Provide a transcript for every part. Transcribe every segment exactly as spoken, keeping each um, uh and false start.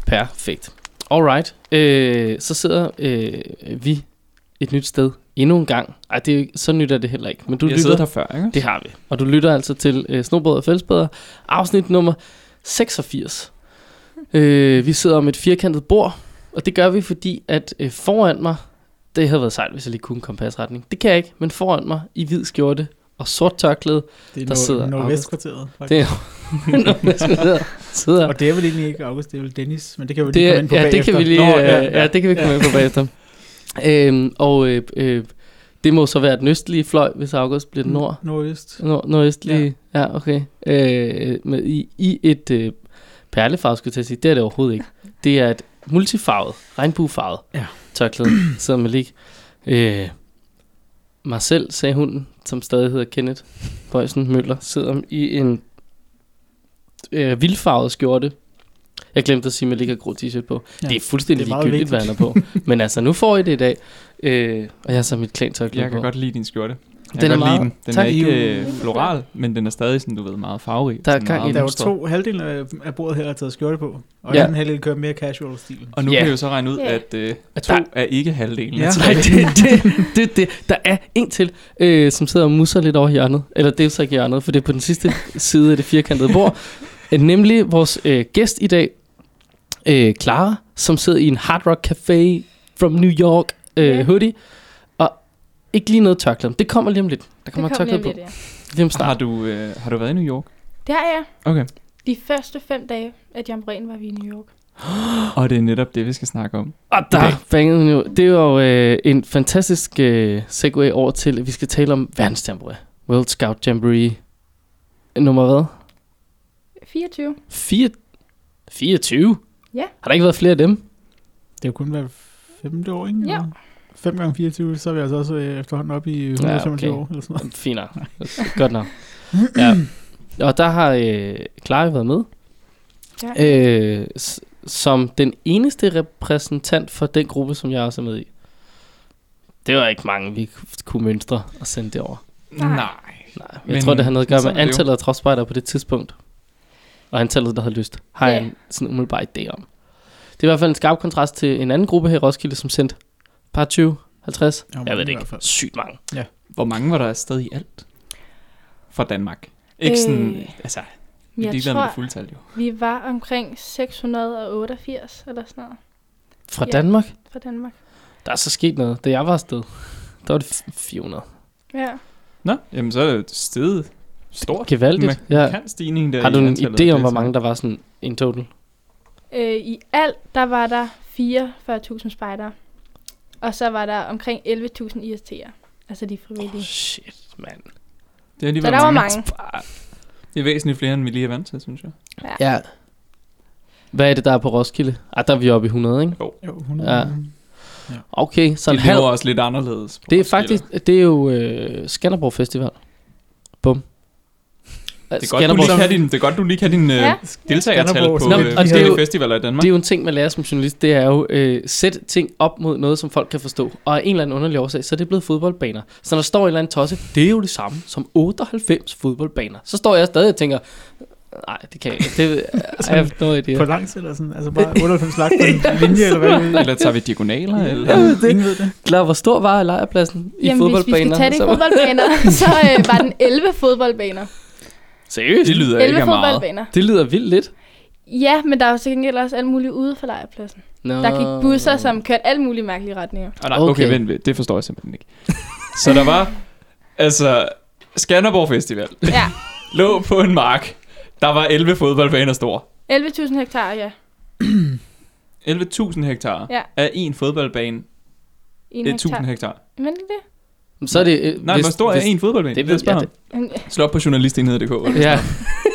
Perfekt. Alright. Øh, så sidder øh, vi et nyt sted endnu en gang. Ej, det er jo, så nyt er det heller ikke. Men du jeg lytter, sidder der før, ikke? Det har vi. Og du lytter altså til øh, Snobrød og Fællesbøder, afsnit nummer seksogfirs. Øh, vi sidder om et firkantet bord, og det gør vi, fordi at øh, foran mig, det havde været sejt, hvis jeg lige kunne kompasretning. Det kan jeg ikke, men foran mig i hvid skjorte og sort tørklæde, det er der no- sidder Nordvestkvarteret. Det er Nordvestkvarteret. sidder. Og det er vel egentlig ikke August, det er vel Dennis, men det kan vi det lige er, komme ind på ja, bagefter. det kan vi lige, Nå, ja, ja. ja, det kan vi komme ja. ind på bagefter. Øhm, og øh, øh, det må så være den østlige fløj, hvis August bliver den nord. Nordøst. Nord, nordøstlige, ja, ja okay. Øh, med, i, I et øh, perlefarve, skulle jeg til at sige, det er det overhovedet ikke. Det er et multifarvet, regnbuefarvet ja. tørklæde, sidder med lige. Øh, Marcel, sagde hunden, som stadig hedder Kenneth Bøjsen Møller, sidder i en øh, vildfarvet skjorte. Jeg glemte at sige, at jeg ligger grå t-shirt på. Ja, det er fuldstændig det er ligegyldigt, hvad han er på. Men altså, nu får I det i dag. Øh, og jeg har så mit klan-tørklæde på. Jeg kan godt lide din skjorte. Jeg den er meget, den. Den tak. er ikke øh, floral, men den er stadig sådan, du ved, meget farverig. Der, der er jo to halvdelen af bordet her, der har taget skjorte på. Og ja. den halvdel kører mere casual stil. Og nu ja. kan jeg jo så regne ud, ja. at øh, to der, er ikke halvdelen. Ja. Nej, det, det, det, det. Der er en til, øh, som sidder og musser lidt over hjørnet. Eller det er så ikke hjørnet, for det er på den sidste side af det firkantede bord. Nemlig vores øh, gæst i dag, øh, Clara, som sidder i en Hard Rock Café from New York øh, yeah. hoodie. Og ikke lige noget tørklæde. Det kommer lige om lidt. Der kommer tørklæde på. Ja. Har du, øh, har du været i New York? Det har jeg. Okay. De første fem dage af Jamboreen var vi i New York. Og det er netop det, vi skal snakke om. Og der okay. bangede hun jo. Det er jo øh, en fantastisk øh, segue over til, at vi skal tale om verdensjamboree. World Scout Jamboree. Nummer hvad? fireogtyve. Fire, fireogtyve? Ja. Har der ikke været flere af dem? Det har kun været femte år, ikke? Ja. fem gange fireogtyve, så er vi altså også efterhånden op i et hundrede og femogtyve ja, okay. år. Eller sådan noget. Fint nok. Godt nok. Ja. Og der har øh, Clara været med. Ja. Øh, s- som den eneste repræsentant for den gruppe, som jeg også er med i. Det var ikke mange, vi kunne mønstre og sende det over. Nej. Nej. Jeg men tror, det har noget at gøre med antallet af tropspejdere på det tidspunkt. Og antallet, der havde lyst. Har jeg yeah. en sådan umiddelbar idé om. Det er i hvert fald en skarp kontrast til en anden gruppe her i Roskilde, som sendte par tyve, halvtreds. Jo, jeg ved det ikke. Sygt mange. Ja. Hvor mange var der afsted i alt? Fra Danmark. Ikke øh, sådan, altså, vi deler med fuldtal jo. Vi var omkring seks hundrede og otteogfirs eller sådan noget. Fra ja, Danmark? Fra Danmark. Der er så sket noget. Da jeg var afsted, der var det fire hundrede. Ja. Nå, jamen så er det stedet stort. Gevaldigt. Ja. Stigning der. Har du en idé om, hvor mange der var sådan in total? Øh, I alt, der var der fireogfyrre tusind spejdere. Og så var der omkring elleve tusind I S T'er. Altså de frivillige. Oh, shit, mand. Det er så der mange. var mange. Det er væsentligt flere, end vi lige er vant til, synes jeg. Ja. ja. Hvad er det, der er på Roskilde? Ah, der er vi oppe i hundrede, ikke? Jo, jo hundrede. Ja. Okay, så det er jo også lidt anderledes. Det er faktisk, det er jo øh, Skanderborg Festival. Bum. Det er, godt, du lige kan din, det er godt, du lige kan din ja. øh, deltagertal på Nå, øh, forskellige festivaler i Danmark. Det er jo en ting, man lærer som journalist. Det er jo øh, sæt ting op mod noget, som folk kan forstå. Og af en eller anden underlig årsag, så er det blevet fodboldbaner. Så når der står en eller anden tosse, det er jo det samme som otteoghalvfems fodboldbaner. Så står jeg stadig og tænker, nej, det kan jeg ikke. Det er jeg noget idé. På langs eller sådan, altså bare otteoghalvfems lagt på en linje, eller hvad? Eller tager vi diagonaler? Eller? Ja, det. Ingen ved det. Klar, hvor stor var lejrpladsen i Jamen, fodboldbaner? Jamen, hvis vi skal tage det i fodboldbaner, så øh, var den elleve fodboldbaner. Seriøst? Det lyder ikke af meget. Det lyder vildt lidt. Ja, men der er jo så gengæld også alt muligt ude for lejrpladsen. No. Der gik busser, som kørte alt mulige mærkelige retninger. Oh, nej, okay, okay vent, det forstår jeg simpelthen ikke. Så der var, altså, Skanderborg Festival. Ja. Lå på en mark. Der var elleve fodboldbaner stor. elleve tusind hektar, ja. elleve tusind hektar ja. af en fodboldbane. En tusind hektar. Men det er det. Så er det, øh, Nej, hvor stor er en fodboldbane? Det ved jeg. Slå op på journalistinhed punktum d k. Ja.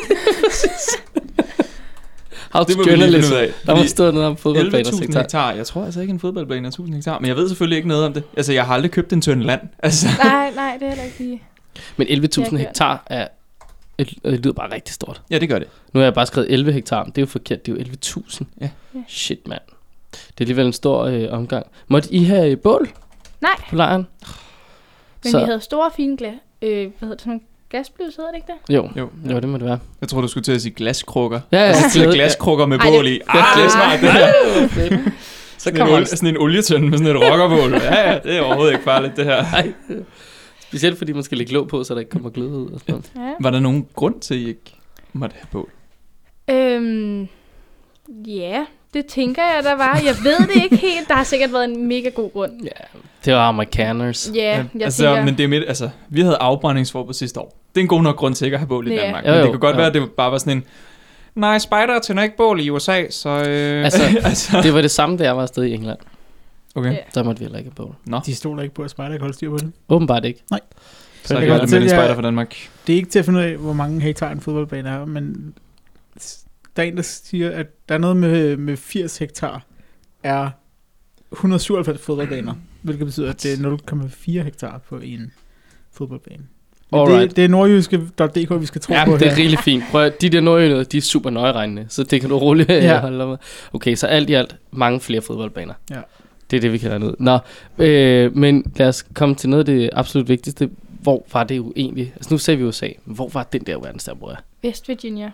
How to journalist. Der må stå noget om fodboldbaner. elleve tusind hektar. Jeg tror altså ikke en fodboldbane er tusind hektar. Men jeg ved selvfølgelig ikke noget om det. Altså, jeg har aldrig købt en tønde land. Altså. Nej, nej, det er heller ikke lige. Men elleve tusind hektar er... Det lyder bare rigtig stort. Ja, det gør det. Nu har jeg bare skrevet elleve hektar. Det er jo forkert. Det er jo elleve tusind. Ja. Shit, mand. Det er alligevel en stor øh, omgang. Måtte I have bål? Nej. På lejren? Men så. Vi havde store fine glas, øh, hvad hedder det, sådan Glasblus, hedder det ikke det? Jo, Jo. jo, det må det være. Jeg tror, du skulle til at sige glaskrukker. Ja, ja. Altså, til glaskrukker med Ej, det- bål i. Ah, det er smart, det her. Så Sådan en, kommer olie, sådan en olietønde med sådan et rockerbål. Ja, ja, det er overhovedet ikke farligt, det her. Nej. Specielt fordi man skal lægge låg på, så der ikke kommer glød ud. Og sådan. Ja. Var der nogen grund til, at I ikke måtte have bål? Øhm, ja, det tænker jeg, der var. Jeg ved det ikke helt. Der har sikkert været en mega god grund. Ja, det var amerikaners. Ja, jeg altså, tænker... men det er midt, altså, vi havde afbrændingsforbud sidste år. Det er en god nok grund til ikke at have bål i Ja. Danmark. Jo, Men jo, det kan godt ja. være, at det bare var sådan en, nej, spider tænder ikke bål i U S A, så... Øh, Altså, altså, Det var det samme, da jeg var afsted i England. okay. Ja. Der måtte vi heller ikke have bål. Nå, De stoler ikke på, at spejder kan holde styr på det. Åbenbart ikke. så jeg er kan det godt med en fortælle jer- spider fra Danmark. Det er ikke til at finde ud af, hvor mange hektar en fodboldbane er, men der er en, der siger, at der er noget med, med firs hektar er et hundrede og syvoghalvfems fodboldbaner, hvilket betyder, at det er nul komma fire hektar på en fodboldbane. Men Alright. det, det er nordjyske punktum d k, vi skal tro Ja, på det er her. rigtig fint. Prøv at, de der nordjyder, de er super nøjeregnende, så det kan du roligt Ja. ja. holde dig med. Okay, så alt i alt mange flere fodboldbaner. Ja. Det er det, vi kan regne ud. Nå, øh, men lad os komme til noget af det absolut vigtigste. Hvor var det jo egentlig? Altså nu sagde vi U S A, men hvor var den der verdensstærbror? West Virginia.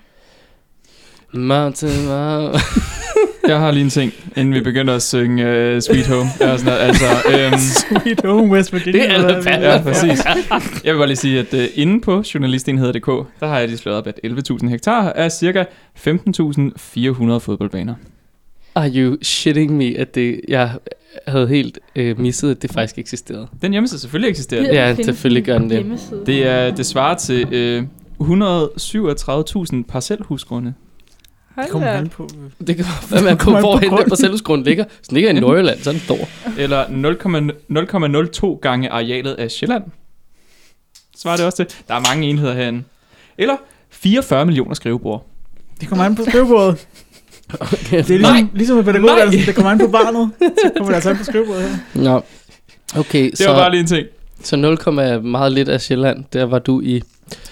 Mountain Mountain. Jeg har lige en ting, inden vi begynder at synge uh, Sweet Home. Jeg er sådan, noget, altså, øhm, Sweet home West Virginia. Det er eller da hvad? ja, præcis. Jeg vil bare lige sige, at uh, inde på journalistenheder punktum d k, der har jeg lige slået op, at elleve tusind hektar er cirka femten tusind fire hundrede fodboldbaner. Are you shitting me, at det, jeg havde helt øh, misset, at det faktisk eksisterede? Den hjemmeside selvfølgelig eksisterer. Ja, Der findes selvfølgelig gør den en det. hjemmeside. Det, er, det svarer til øh, et hundrede og syvogtredive tusind parcelhusgrunde. Det Hold kommer da. an på. Det kan være, man på, Kommer an på hvor hen den grunden. parcelhusgrund ligger. Så den ligger i Nordjylland, så er den stor. Eller nul komma nul to gange arealet af Sjælland. Svarer det også til. Der er mange enheder herinde. Eller fireogfyrre millioner skrivebord. Det kommer an på skrivebordet. Okay. Det er Nej. ligesom, ligesom med pædagoguddannelsen. Det kommer an på barnet. Så kommer det altså an på skrivebordet her. Nå. Okay, Det var bare så, lige en ting. så nul, meget lidt af Sjælland, der var du i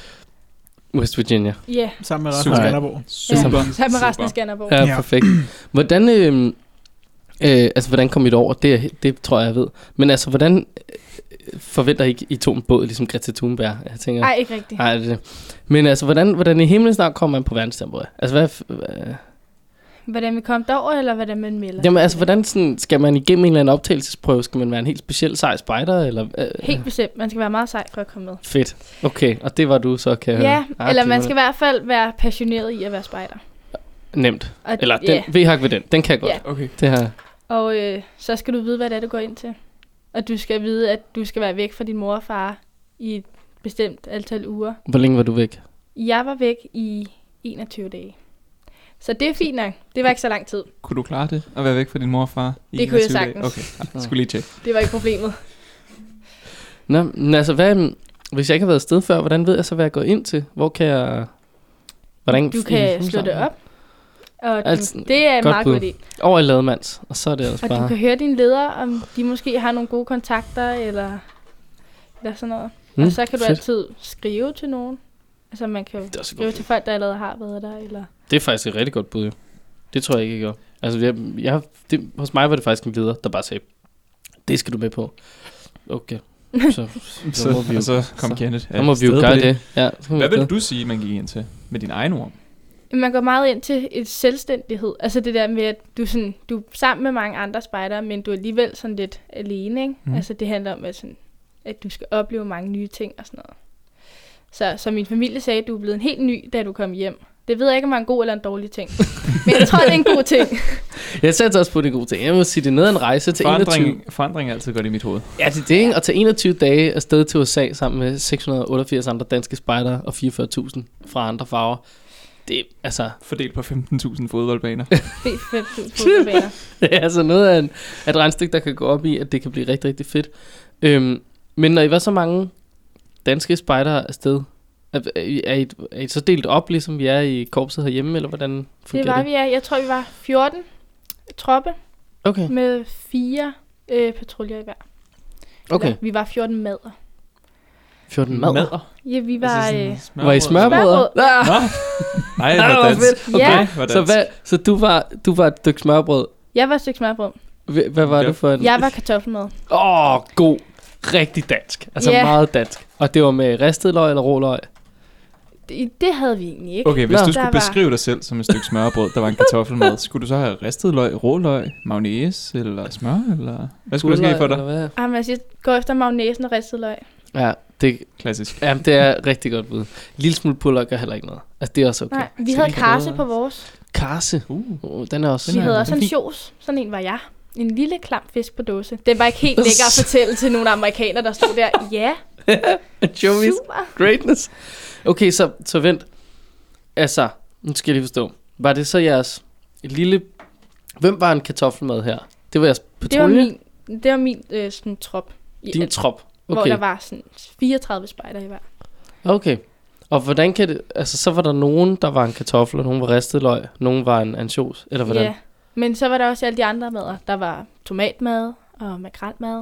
West Virginia. Ja, Sammen med resten Super. af Skanderborg. Super. sammen med resten Super. af Skanderborg. Ja, Ja. perfekt. Hvordan, øh, øh, altså, hvordan kom I over? Det, det tror jeg, jeg ved. Men altså, hvordan øh, forventer I ikke, I tog en båd, ligesom Greta Thunberg? Jeg tænker, Nej, ikke rigtigt. nej, det er det. Men altså, hvordan, hvordan i himlen snart kommer man på verdenstempoet? Altså, hvad, hvad, Hvordan vi kom derover, eller hvordan man melder? jamen, altså, hvordan sådan, skal man igennem en eller anden optagelsesprøve? Skal man være en helt speciel sej spejder? Eller, øh, Helt bestemt. Man skal være meget sej for at komme med. Fedt. Okay, og det var du så, kan jeg Ja, høre. Ah, eller det man var skal i hvert fald være passioneret i at være spejder. nemt. Og, Eller, ja. den, V-hak ved den. Den kan jeg godt. Ja. Okay. Det her. Og øh, så skal du vide, hvad det er, du går ind til. Og du skal vide, at du skal være væk fra din mor og far i et bestemt antal uger. Hvor længe var du væk? Jeg var væk i enogtyve dage. Så det er fint nok. Det var ikke så lang tid. Kunne du klare det? At være væk fra din mor og far? i Det kunne jeg enogtyve dage? sagtens. Okay, jeg skulle lige tjekke. Det var ikke problemet. Nå, men altså, hvad, hvis jeg ikke har været afsted før, hvordan ved jeg så, hvad jeg går ind til? Hvor kan jeg... Hvordan Du kan slå det op. Og du, Altså, det er en godt meget bud. god idé. Over i Lademands, og så er det ellers Og du bare... kan høre dine ledere, om de måske har nogle gode kontakter, eller, eller sådan noget. Mm, og så kan du fedt. altid skrive til nogen. Altså man kan jo Det er også et skrive godt til folk, der allerede har været der. Eller... Det er faktisk et rigtig godt bud, jo. Det tror jeg ikke, jeg gør. Altså, jeg, jeg, det, hos mig var det faktisk en leder, der bare sagde, det skal du med på. Okay. Så, så, Så, må vi jo, og så kom så, Kenneth. så må vi jo gøre det. Ja, så må Hvad vi vil gøre. du sige, man gik ind til med din egen ord? Man går meget ind til et selvstændighed. Altså det der med, at du, sådan, du er sammen med mange andre spejdere, men du er alligevel sådan lidt alene. Ikke? Mhm. Mm. Altså det handler om, at, sådan, at du skal opleve mange nye ting og sådan noget. Så som min familie sagde, du er blevet en helt ny, da du kom hjem. Det ved jeg ikke, om det er en god eller en dårlig ting. Men jeg tror, det er en god ting. Jeg satte også på det gode ting. Jeg må sige, det er noget af en rejse til enogtyve. Forandring, forandring er altid godt i mit hoved. Ja, det er det, ikke? Og tage enogtyve dage afsted til U S A sammen med seks hundrede og otteogfirs andre danske spejdere og fireogfyrre tusind fra andre farver. Det er altså... Fordelt på femten tusind fodboldbaner. Det er fem tusind fodboldbaner. Det er altså noget af en, af et regnstykke, der kan gå op i, at det kan blive rigtig, rigtig fedt. Øhm, men når I var så mange danske spejdere afsted, er, er, I, er, I, er I så delt op, ligesom vi er i korpset herhjemme, eller hvordan Det fungerer var det? vi, ja. Jeg tror, vi var fjorten troppe Okay, med fire øh, patruljer i hver. okay. Eller, vi var fjorten madder. fjorten mad. Madder. Ja, vi var... Altså Øh, sådan Var I smørbrødder? Smørbrød. Ah! Nå. Nej, Ah, hvor hvor dansk. fedt. Okay, Ja. hvor Så, dansk. hvad, så du var, du var et stykke smørbrød. jeg var et stykke smørbrød. Hva- Hvad var Ja. det for en? Jeg var kartoffelmad. Åh, oh, god. Rigtig dansk. Altså Ja. meget dansk. Og det var med ristet løg eller rå løg? Det, det havde vi egentlig ikke. Okay, hvis Nå. du Der skulle var- beskrive dig selv som et stykke smørbrød, der var en kartoffel med, skulle du så have ristet løg, råløg, mayonnaise eller smør, eller hvad skulle der ske for dig? Eller hvad? Jamen, altså, jeg går efter magnæsen og ristet løg. Ja, det, Klassisk. ja, det er rigtig godt bud. En lille smule purløg gør heller ikke noget. Altså, det er også okay. Nej, vi Så havde det kan karse både- på vores. Karse. Uh. Uh, den er også... Vi Den er- havde også den en er fin. sjos. Sådan en var jeg. En lille klam fisk på dåse. Den var ikke helt lækker at fortælle til nogle amerikanere, der stod der. Ja, Joey's super. greatness. Okay, så, så vent. Altså, nu skal jeg lige forstå. Var det så jeres lille... Hvem var en kartoffelmad her? Det var jeres Det var patrulje? min, det var min øh, sådan, trop. I Din alt, trop? Hvor Okay. der var sådan fireogtredive spejder i hver. Okay. Og hvordan kan det... Altså, så var der nogen, der var en kartoffel, og nogen var ristet løg, nogen var en ansjos, eller hvordan? Ja, men så var der også alle de andre mader. Der var tomatmad og makrelmad.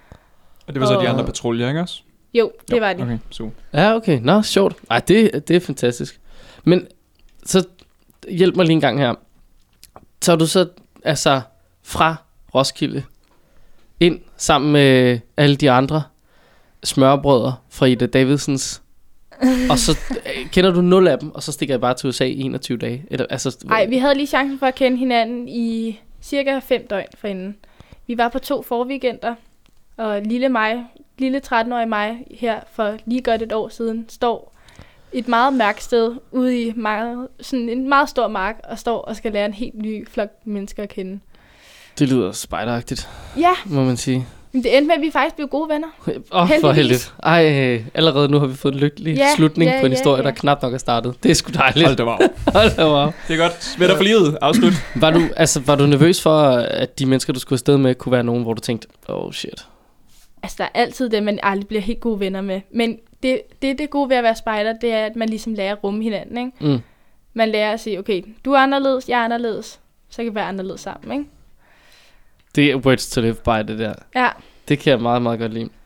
Og det var så de Og- andre patruljer, ikke også? Jo, det Jo, var de. Okay, super. Ja, okay. Nå, sjovt. Ej, det, det er fantastisk. Men så hjælp mig lige en gang her. Så er du så altså fra Roskilde ind sammen med alle de andre smørbrødre fra Ida Davidsens, og så øh, kender du nul af dem, og så stikker jeg bare til U S A i enogtyve dage. Eller, altså, Nej, vi havde lige chancen for at kende hinanden i cirka fem døgn forinden. Vi var på to forweekender, og lille mig, lille tretten-årige mig her for lige godt et år siden, står et meget mørkt sted ude i meget, sådan en meget stor mark, og står og skal lære en helt ny flok mennesker at kende. Det lyder spejderagtigt, Ja, må man sige. men det endte med, at vi faktisk blev gode venner. Åh, oh, for Heldigvis. heldigt. Ej, allerede nu har vi fået en lykkelig Ja, slutning ja, på en ja, historie, ja. der knap nok er startet. Det er sgu dejligt. Hold da wow. Hold da, wow. Det er godt. Smitter for livet. Afslut. Var du, altså, var du nervøs for, at de mennesker, du skulle afsted med, kunne være nogen, hvor du tænkte, oh shit. Altså, der er altid det, man aldrig bliver helt gode venner med. Men det, det, det gode ved at være spejder, det er, at man ligesom lærer at rumme hinanden, ikke? Mm. Man lærer at sige, okay, du er anderledes, jeg er anderledes. Så kan vi være anderledes sammen, ikke? Det er words to live by, det der. Ja, Det kan jeg meget, meget godt lide.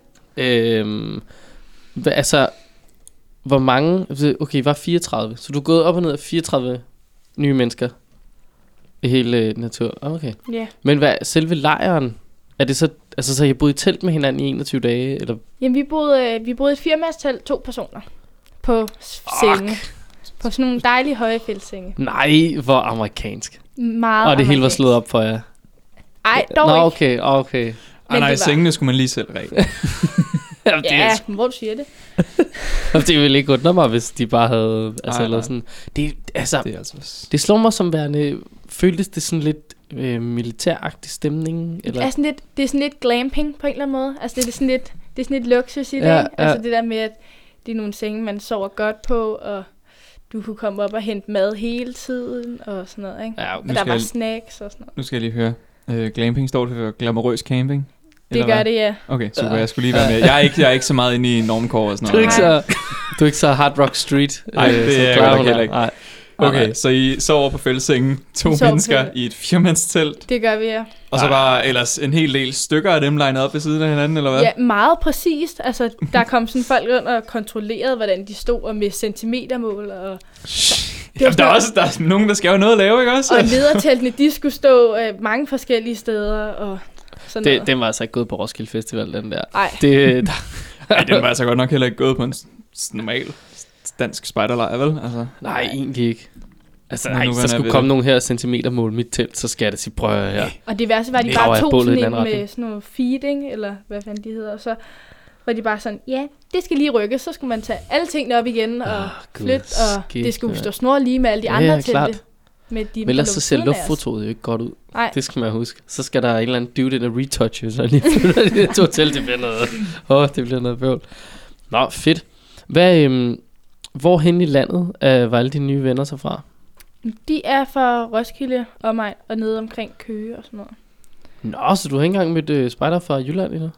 Øhm, hva, altså, hvor mange... Okay, I var fireogtredive. Så du er gået op og ned af fireogtredive nye mennesker i hele øh, natur. Okay. ja. Men hvad, selve lejren, er det så... Altså, så I har boet i telt med hinanden i enogtyve dage? Eller? Jamen, vi boede, øh, vi boede i et firemandstelt, to personer. På senge. På sådan nogle dejlige høje fældsenge. Nej, hvor amerikansk. Meget Og det hele var amerikansk. slået op for jer. Ej, dog Nå, ikke. okay, okay. Ej, Men nej, det var- sengene skulle man lige selv række. Jamen, det, Ja, er, hvor du siger det. det ville ikke undre mig, hvis de bare havde... Altså, Nej, eller nej. sådan... Det, altså, Det er altså... det slår mig som værende... Føltes det sådan lidt øh, militæragtig stemning? Eller? Det er, sådan lidt, det er sådan lidt glamping på en eller anden måde. Altså, det er sådan lidt, det er sådan lidt luksus i det, Ja, ikke? Altså, ja. det der med, at det er nogle senge, man sover godt på, og du kunne komme op og hente mad hele tiden, og sådan noget, ikke? Ja, Og Nu der skal var jeg- snacks og sådan noget. Nu skal jeg lige høre. Øh, glamping står det for glamourøs camping? Det Eller gør hvad? det, ja. Okay, super. Jeg skulle lige være med. Jeg er ikke, jeg er ikke så meget inde i normkår og sådan Du er noget. ikke så, du er ikke så Hard Rock Street. Nej, det som er jeg Clara, godt nok hun heller ikke. Nej. Okay, så I sover på fællessengen, to Vi sover på mennesker fælles- i et firemandstelt, Det gør vi, ja. og så bare ellers en hel del stykker af dem legnet op ved siden af hinanden, eller hvad? Ja, meget præcist. Altså, der kom sådan folk rundt og kontrollerede, hvordan de stod, og med centimetermål, og, Jamen, der er også der er nogen, der skal jo noget at lave, ikke også? og lederteltene, de skulle stå øh, mange forskellige steder, og sådan Det, noget. den var altså ikke gået på Roskilde Festival, den der. Ej, Det, der Nej, den var altså godt nok heller ikke gået på en s- s- normal dansk spejderlejr, vel? Altså, nej, egentlig ikke. Altså, Men nej, nu var så den skulle ved komme det. nogen her centimetermål mit telt, så skal jeg da sige, prøv at høre her. og det værste var, at de Det bare graver jeg tog bålet i sådan den en anden med retning. sådan noget feeding, eller hvad fanden de hedder, og så var de bare sådan, ja, det skal lige rykkes, så skulle man tage alle tingene op igen, og Ah, Gud, flytte, og skidt, det skulle mand. stå snor lige med alle de Ja, andre ja, telte. klart. Med de, Men ellers der så lå ser siden af os. luftfotoet jo ikke godt ud. Nej, Det skal man huske. Så skal der en eller anden dude ind og retouche, så lige flytter det to telt, det bliver noget. Åh, oh, det bliver noget bøvl. Nå, fedt. Hvad, øhm, hvor hen i landet øh, var alle dine nye venner så fra? de er fra Roskilde og mig, og nede omkring Køge og sådan noget. Nå, så du har ikke engang mødt øh, spejder fra Jylland endnu?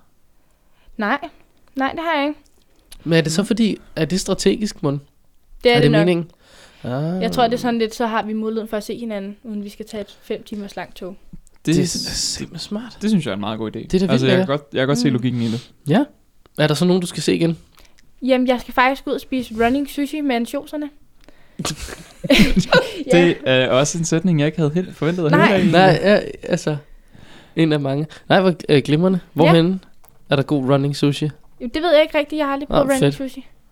Nej, nej, det har jeg ikke. Men er det så fordi, er det strategisk, Mon? Det er, er det, det nok. meningen? Ah. Jeg tror, det er sådan lidt, så har vi muligheden for at se hinanden, uden vi skal tage et fem timers langt tog. det, Det er det, simpelthen smart. det synes jeg er en meget god idé. Det er da vildt altså, jeg kan lækkert. godt, jeg kan godt se Mm. logikken i det. Ja. Er der så nogen, du skal se igen? Jamen, jeg skal faktisk ud og spise running sushi med ansjoserne. Det er også en sætning, jeg ikke havde helt forventet at Nej. høre. Nej, ja, altså, en af mange. Nej, hvor øh, glimrende. Hvorhen er der god running sushi? Jamen, det ved jeg ikke rigtigt. Jeg har aldrig Nå, prøvet running fedt. sushi.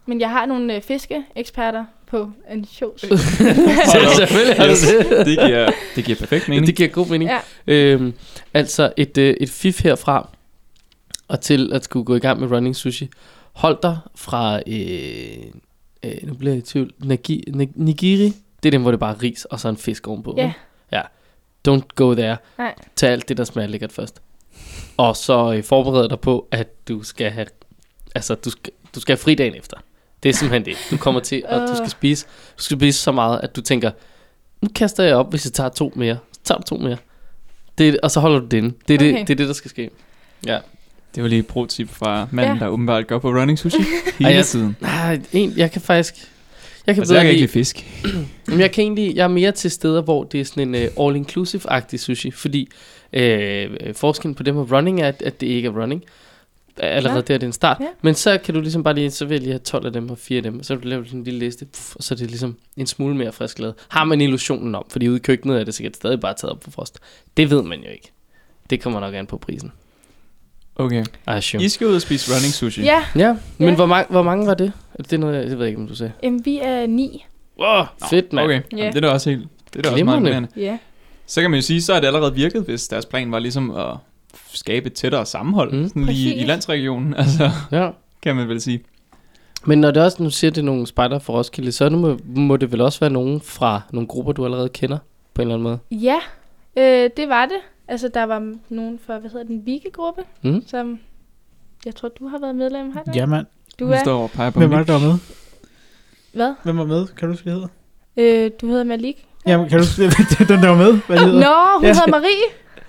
Men jeg har nogle øh, fiskeeksperter på ansjos. Selvfølgelig har du det. det, giver, det giver perfekt mening. Det giver god mening. Ja. Øhm, altså et, øh, et fif herfra, og til at skulle gå i gang med running sushi. Hold dig fra, øh, øh, nu bliver jeg i tvivl, nagi, nigiri. Det er dem, hvor det bare er ris, og så en fisk ovenpå. Ja. ikke? Ja. Don't go there. Nej. Tag alt det, der smager lækkert først. Og så øh, forbered dig på, at du skal have, altså du skal, du skal have fri dagen efter. Det er simpelthen det. Du kommer til, og du skal spise, du skal spise så meget, at du tænker, nu kaster jeg op, hvis jeg tager to mere. Så tager du to mere. Det, og så holder du den. Det er, Okay. det, det er det, der skal ske. Ja. Det var lige et pro-tip fra manden, Ja. der åbenbart går på running sushi hele Ej, jeg- tiden. Nej, en, jeg kan faktisk... Jeg kan Altså, jeg bedre kan ikke lide... lide fisk. Men jeg kan egentlig... Jeg er mere til steder, hvor det er sådan en uh, all-inclusive-agtig sushi. Fordi øh, forskellen på det med running er, at, at det ikke er running. Allerede Nå. der er det en start. Ja. Men så kan du ligesom bare lige... Så vil jeg lige have tolv af dem og fire af dem. Og så vil du lave sådan en lille liste. Puff, og så er det ligesom en smule mere frisk lavet. Har man illusionen om. Fordi ude i køkkenet er det sikkert stadig bare taget op på frost. Det ved man jo ikke. Det kommer nok an på prisen. Okay. I assume. I skal ud og spise running sushi. Ja, Ja, men Ja. Hvor, mange, hvor mange var det? Det er noget, jeg, det ved jeg ikke, om du sagde. jamen, vi er ni. Wow, Nå, fedt, mand. Okay, Ja. Jamen, det er da også helt... Det er da også meget Glimrende. imponerende. Ja. Så kan man jo sige, så er det allerede virket, hvis deres plan var ligesom at skabe et tættere sammenhold Mm. mm. sådan lige Præcis. i landsregionen. Altså, Ja. kan man vel sige. Men når det også, nu siger det er nogle spejder fra Roskilde, så nu må, må det vel også være nogen fra nogle grupper, du allerede kender, på en eller anden måde. Ja, øh, det var det. Altså, der var nogen fra, hvad hedder den, Vigegruppe, Mm. som jeg tror, du har været medlem her. Ja, mand. Du Hun er, står og peger på Hvem var mig. det, der var med? hvad? Hvem var med? Kan du huske, hvad det hedder? Øh, du hedder Malik. Jamen, kan du huske, det den, der var med? Hvad det Nå, hedder? hun Ja. hedder Marie.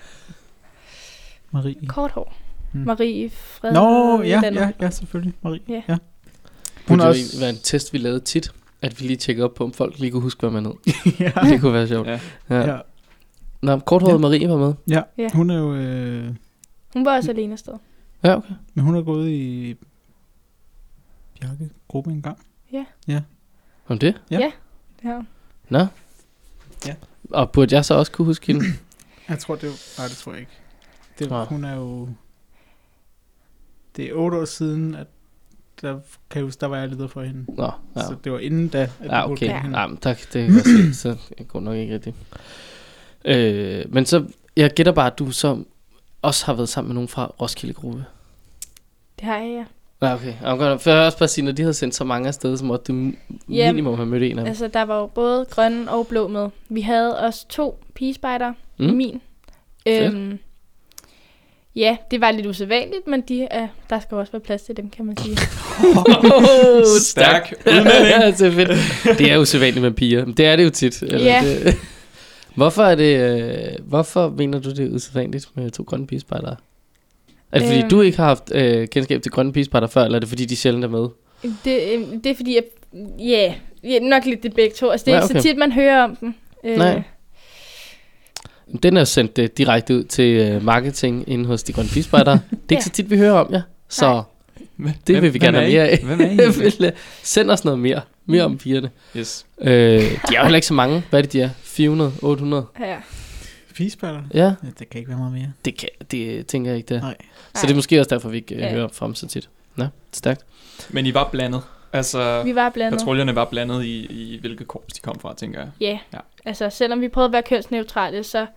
Marie. Kort hår. Mm. Marie Fred. Nå, ja, Danmark. ja, ja, selvfølgelig. Marie. Ja. ja. Hun Hun det er også også... være en test, vi lavede tit, at vi lige tjekker op på, om folk lige kunne huske, hvad man hed. ja. Det kunne være sjovt. Ja. Ja. ja. Nå, korthåret Ja. Marie var med. Ja, Ja. hun er jo... Øh... Hun var også alene afsted. Ja, okay. Men hun er gået i... Bjarke-gruppen engang. Om det? Ja. Nå. Ja. Og burde jeg så også kunne huske hende? Jeg tror, det var... Nej, det tror jeg ikke. Det, Nå. hun er jo... Det er otte år siden, at der, kan jeg huske, der var jeg leder for hende. Nå, ja. Så det var inden da, at Ja, vi okay. brugte hende. Ja, men tak, det kan jeg godt se, så jeg går nok ikke rigtigt. Øh, men så, jeg gætter bare, at du så også har været sammen med nogen fra Roskilde Gruppe. Det har jeg, ja. Ja, okay. Jeg kan for jeg vil også bare sige, når de havde sendt så mange afsted, så måtte du Ja, minimum have mødt en af dem. Altså, der var jo både grønne og blå med. Vi havde også to pigespejder mm. i Mm. min. Fedt. Øhm, ja, det var lidt usædvanligt, men de er, der skal jo også være plads til dem, kan man sige. Oh, Stærk udmelding. Ja, det er fedt. Det er usædvanligt med piger. Det er det jo tit. Eller Ja. det, hvorfor er det, øh, hvorfor mener du, det er usædvanligt med to grønne pigespejdere? Er det fordi, Øhm. du ikke har haft øh, kendskab til grønne pigespejdere før, eller er det fordi, de sjældent er med? Det, øhm, det er fordi, at, ja, ja, nok lidt det begge to. Altså, det er Ja, ikke okay. så tit, man hører om dem. Øh, Nej. Den er sendt øh, direkte ud til øh, marketing inde hos de grønne pigespejdere. Det er ikke Ja. så tit, vi hører om jer. Så Nej. det Hvem- vil vi hvem gerne er have I? mere af. Hvem er I? Jeg vil, øh, Send os noget mere. Mere om pigerne. Yes. Øh, de er jo heller ikke så mange. Hvad er det, de er? fire hundrede? otte hundrede? Ja. Pigespejder? Ja, Ja, det kan ikke være meget mere. det, kan, det tænker jeg ikke, det er. Nej. Så det er måske også derfor, vi ikke øh, Ja. hører frem så tit. Nå, stærkt. Men I var blandet. Altså, Vi var blandet. patruljerne var blandet i, i hvilket korps de kom fra, tænker jeg. Ja. Ja. Altså, selvom vi prøvede at være kønsneutrale, så...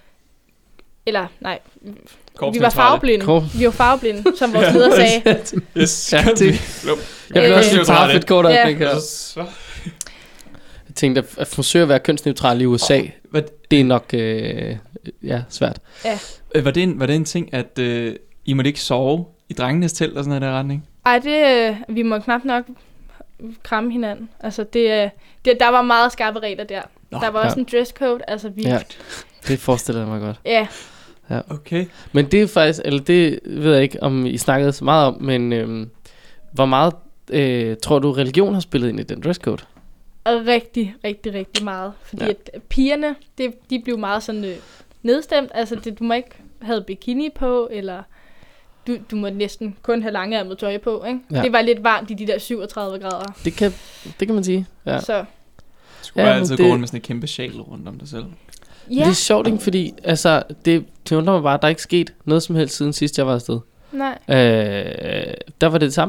Eller, nej, vi var Korpsneutrale. farveblinde. Korps. Vi var farveblinde, som vores leder sagde. Yes. Ja, det- Jeg vil Øh, også lige tage et kort ja. øjeblik her. Så. Jeg tænkte, at, at forsøge at være kønsneutral i U S A, Hvad, det er nok øh, ja, svært. øh, var, det en, var det en ting, at øh, I måtte ikke sove i drengenes telt og sådan noget i der retning? Ej, det, øh, vi må knap nok kramme hinanden. Altså, det, øh, det, der var meget skarpe regler der. Nå, der var også ja. en dresscode. Altså, vi... Ja. Ja. Det forestiller jeg mig godt. ja. Okay. Men det er faktisk, eller det ved jeg ikke, om I snakkede så meget om, men øhm, hvor meget øh, tror du, religion har spillet ind i den dresscode? Og rigtig, rigtig, rigtig meget. Fordi Ja. ja. at pigerne, det, de blev meget sådan øh, nedstemt. Altså, det, du må ikke have bikini på, eller du, du må næsten kun have langeærmet tøj på, ikke? Ja. Det var lidt varmt i de der syvogtredive grader. Det kan, det kan man sige. Ja. Så, Du skulle Ja, ja, men altid det- gå rundt med sådan en kæmpe sjal rundt om dig selv. ja, Det er sjovt, ikke? Fordi altså, det, det undrer mig bare, at der ikke sket noget som helst siden sidst, jeg var afsted. nej. Øh, der var det det samme.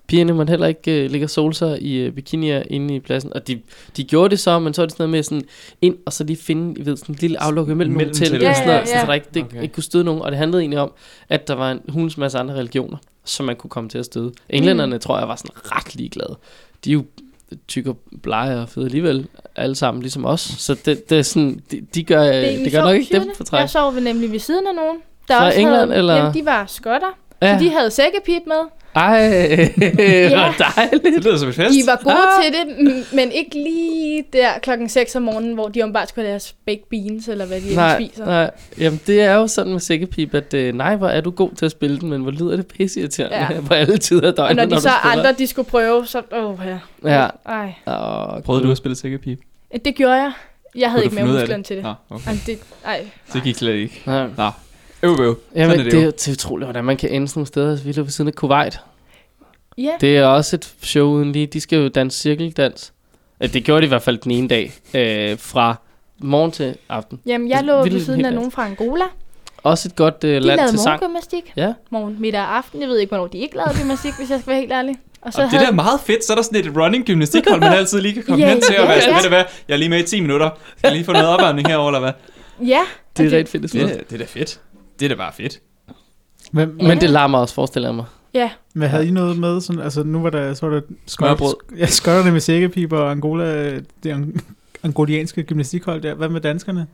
pigerne måtte heller ikke uh, ligge og sole sig i uh, bikinier inde i pladsen. Og de, de gjorde det så, men så var det sådan noget med sådan ind, og så lige finde, I ved, sådan en lille aflukke mellem nogle Mellem telt, telte. og sådan Ja, noget, ja, ja. så der ikke, det Okay. ikke kunne støde nogen. Og det handlede egentlig om, at der var en hulens masse andre religioner, som man kunne komme til at støde. Englænderne, mm. tror jeg, var sådan ret ligeglade. De er jo tykker, blege og fede alligevel, alle sammen, ligesom os. Så det, det er sådan, de, de gør, Det, er det, egentlig det gør sjovt, nok ikke dem pigerne. for træk. Jeg sov ved nemlig ved siden af nogen. Der Fra også England, havde, eller? Jamen, de var skotter, Ja. så de havde sækkepip med. Ej, hvor dejligt. Det lyder som et fest. De var gode Ah. til det, m- men ikke lige der klokken seks om morgenen, hvor de åbenbart skulle have deres baked beans, eller hvad de Nej, ellers spiser. nej. Jamen, det er jo sådan med sækkepip, at øh, nej, hvor er du god til at spille den, men hvor lyder det pisseirriterende Ja. ja. på alle tider af Og døgnet, når når, de så du spiller. andre, de skulle prøve, så... Åh, ja. Ja. Ej. Oh, Prøvede du at spille sækkepip? Det gjorde jeg. Jeg havde Kunne ikke du finde mere ud af musklerne til det. Nå, okay. Ej, det ej. Det gik slet ikke. Nej. Nå, øv, øv. Jamen, Sådan er det, det er jo. jo det er utroligt, hvordan man kan ende sådan nogle steder. Vi er ved siden af Kuwait. Ja. Det er også et show uden lige. De skal jo danse cirkeldans. Øh, Det gjorde de i hvert fald den ene dag. Øh, fra morgen til aften. Jamen, jeg Altså, lå ved vildt siden helt af nogen fra Angola. Også et godt øh, De land lavede til sang. morgengymnastik. Ja. Morgen, middag og aften. Jeg ved ikke, hvornår de ikke lavede gymnastik, hvis jeg skal være helt ærlig. Og så Og det der er meget fedt, så er der sådan et running gymnastikhold, man altid lige kan komme Ja, hen til og ja, være sådan, ja. ved du hvad, jeg er lige med i ti minutter. Jeg lige få noget opvarmning herovre, eller hvad? Ja. Det og er rigtig fedt. Det, Det, det er da fedt. Det er da bare fedt. Hvad, Men det larmer også, forestiller jeg mig. Ja. hvad havde I noget med? Sådan, altså, nu var der, så var der Smørbrød. Ja, skotterne med sækkepiber og Angola, det ang- angolianske gymnastikhold der. Hvad med danskerne?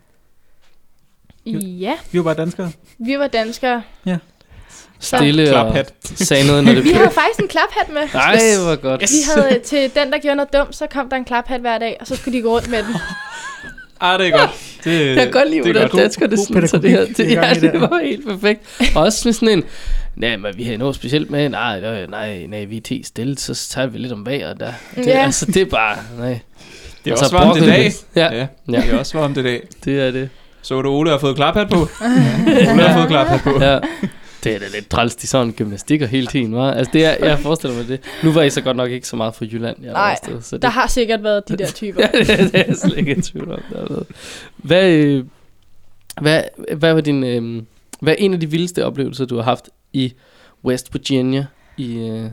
Ja. Vi var bare danskere. Vi var danskere. Stille og Klaphat. sagde noget, når det Vi havde faktisk en klaphat med. Nej, hvor godt. Vi havde til den, der gjorde noget dumt, så kom der en klaphat hver dag, og så skulle de gå rundt med den. Ah, det er godt. Det, Jeg kan godt lide, det er hvordan godt. danskerne God sådan så det her. pædagogik, Det, det er ja, gang i det der. var helt perfekt. Og også med sådan en, nej, men vi har noget specielt med. Nej, nej, nej, nej vi er ti stille, så tager vi lidt om vejret der. Det, Ja. Altså, det er bare, nej. Det er Og så også varmt i broccoli. dag. Ja, Ja, ja, det er også varmt i dag. det er det. Så du, Ole har fået klaphat på? Ole har fået klaphat på. Ja. Det er da lidt træls, de sådan gymnastikker hele tiden, hva'? Altså, det er, jeg forestiller mig det. Nu var I så godt nok ikke så meget fra Jylland, jeg Nej, afsted, så det, Der har sikkert været de der typer. ja, det, det er jeg slet ikke i tvivl om. Der er noget. Hvad, øh, hvad, hvad var din, øh, hvad er en af de vildeste oplevelser, du har haft i West Virginia? I, øh,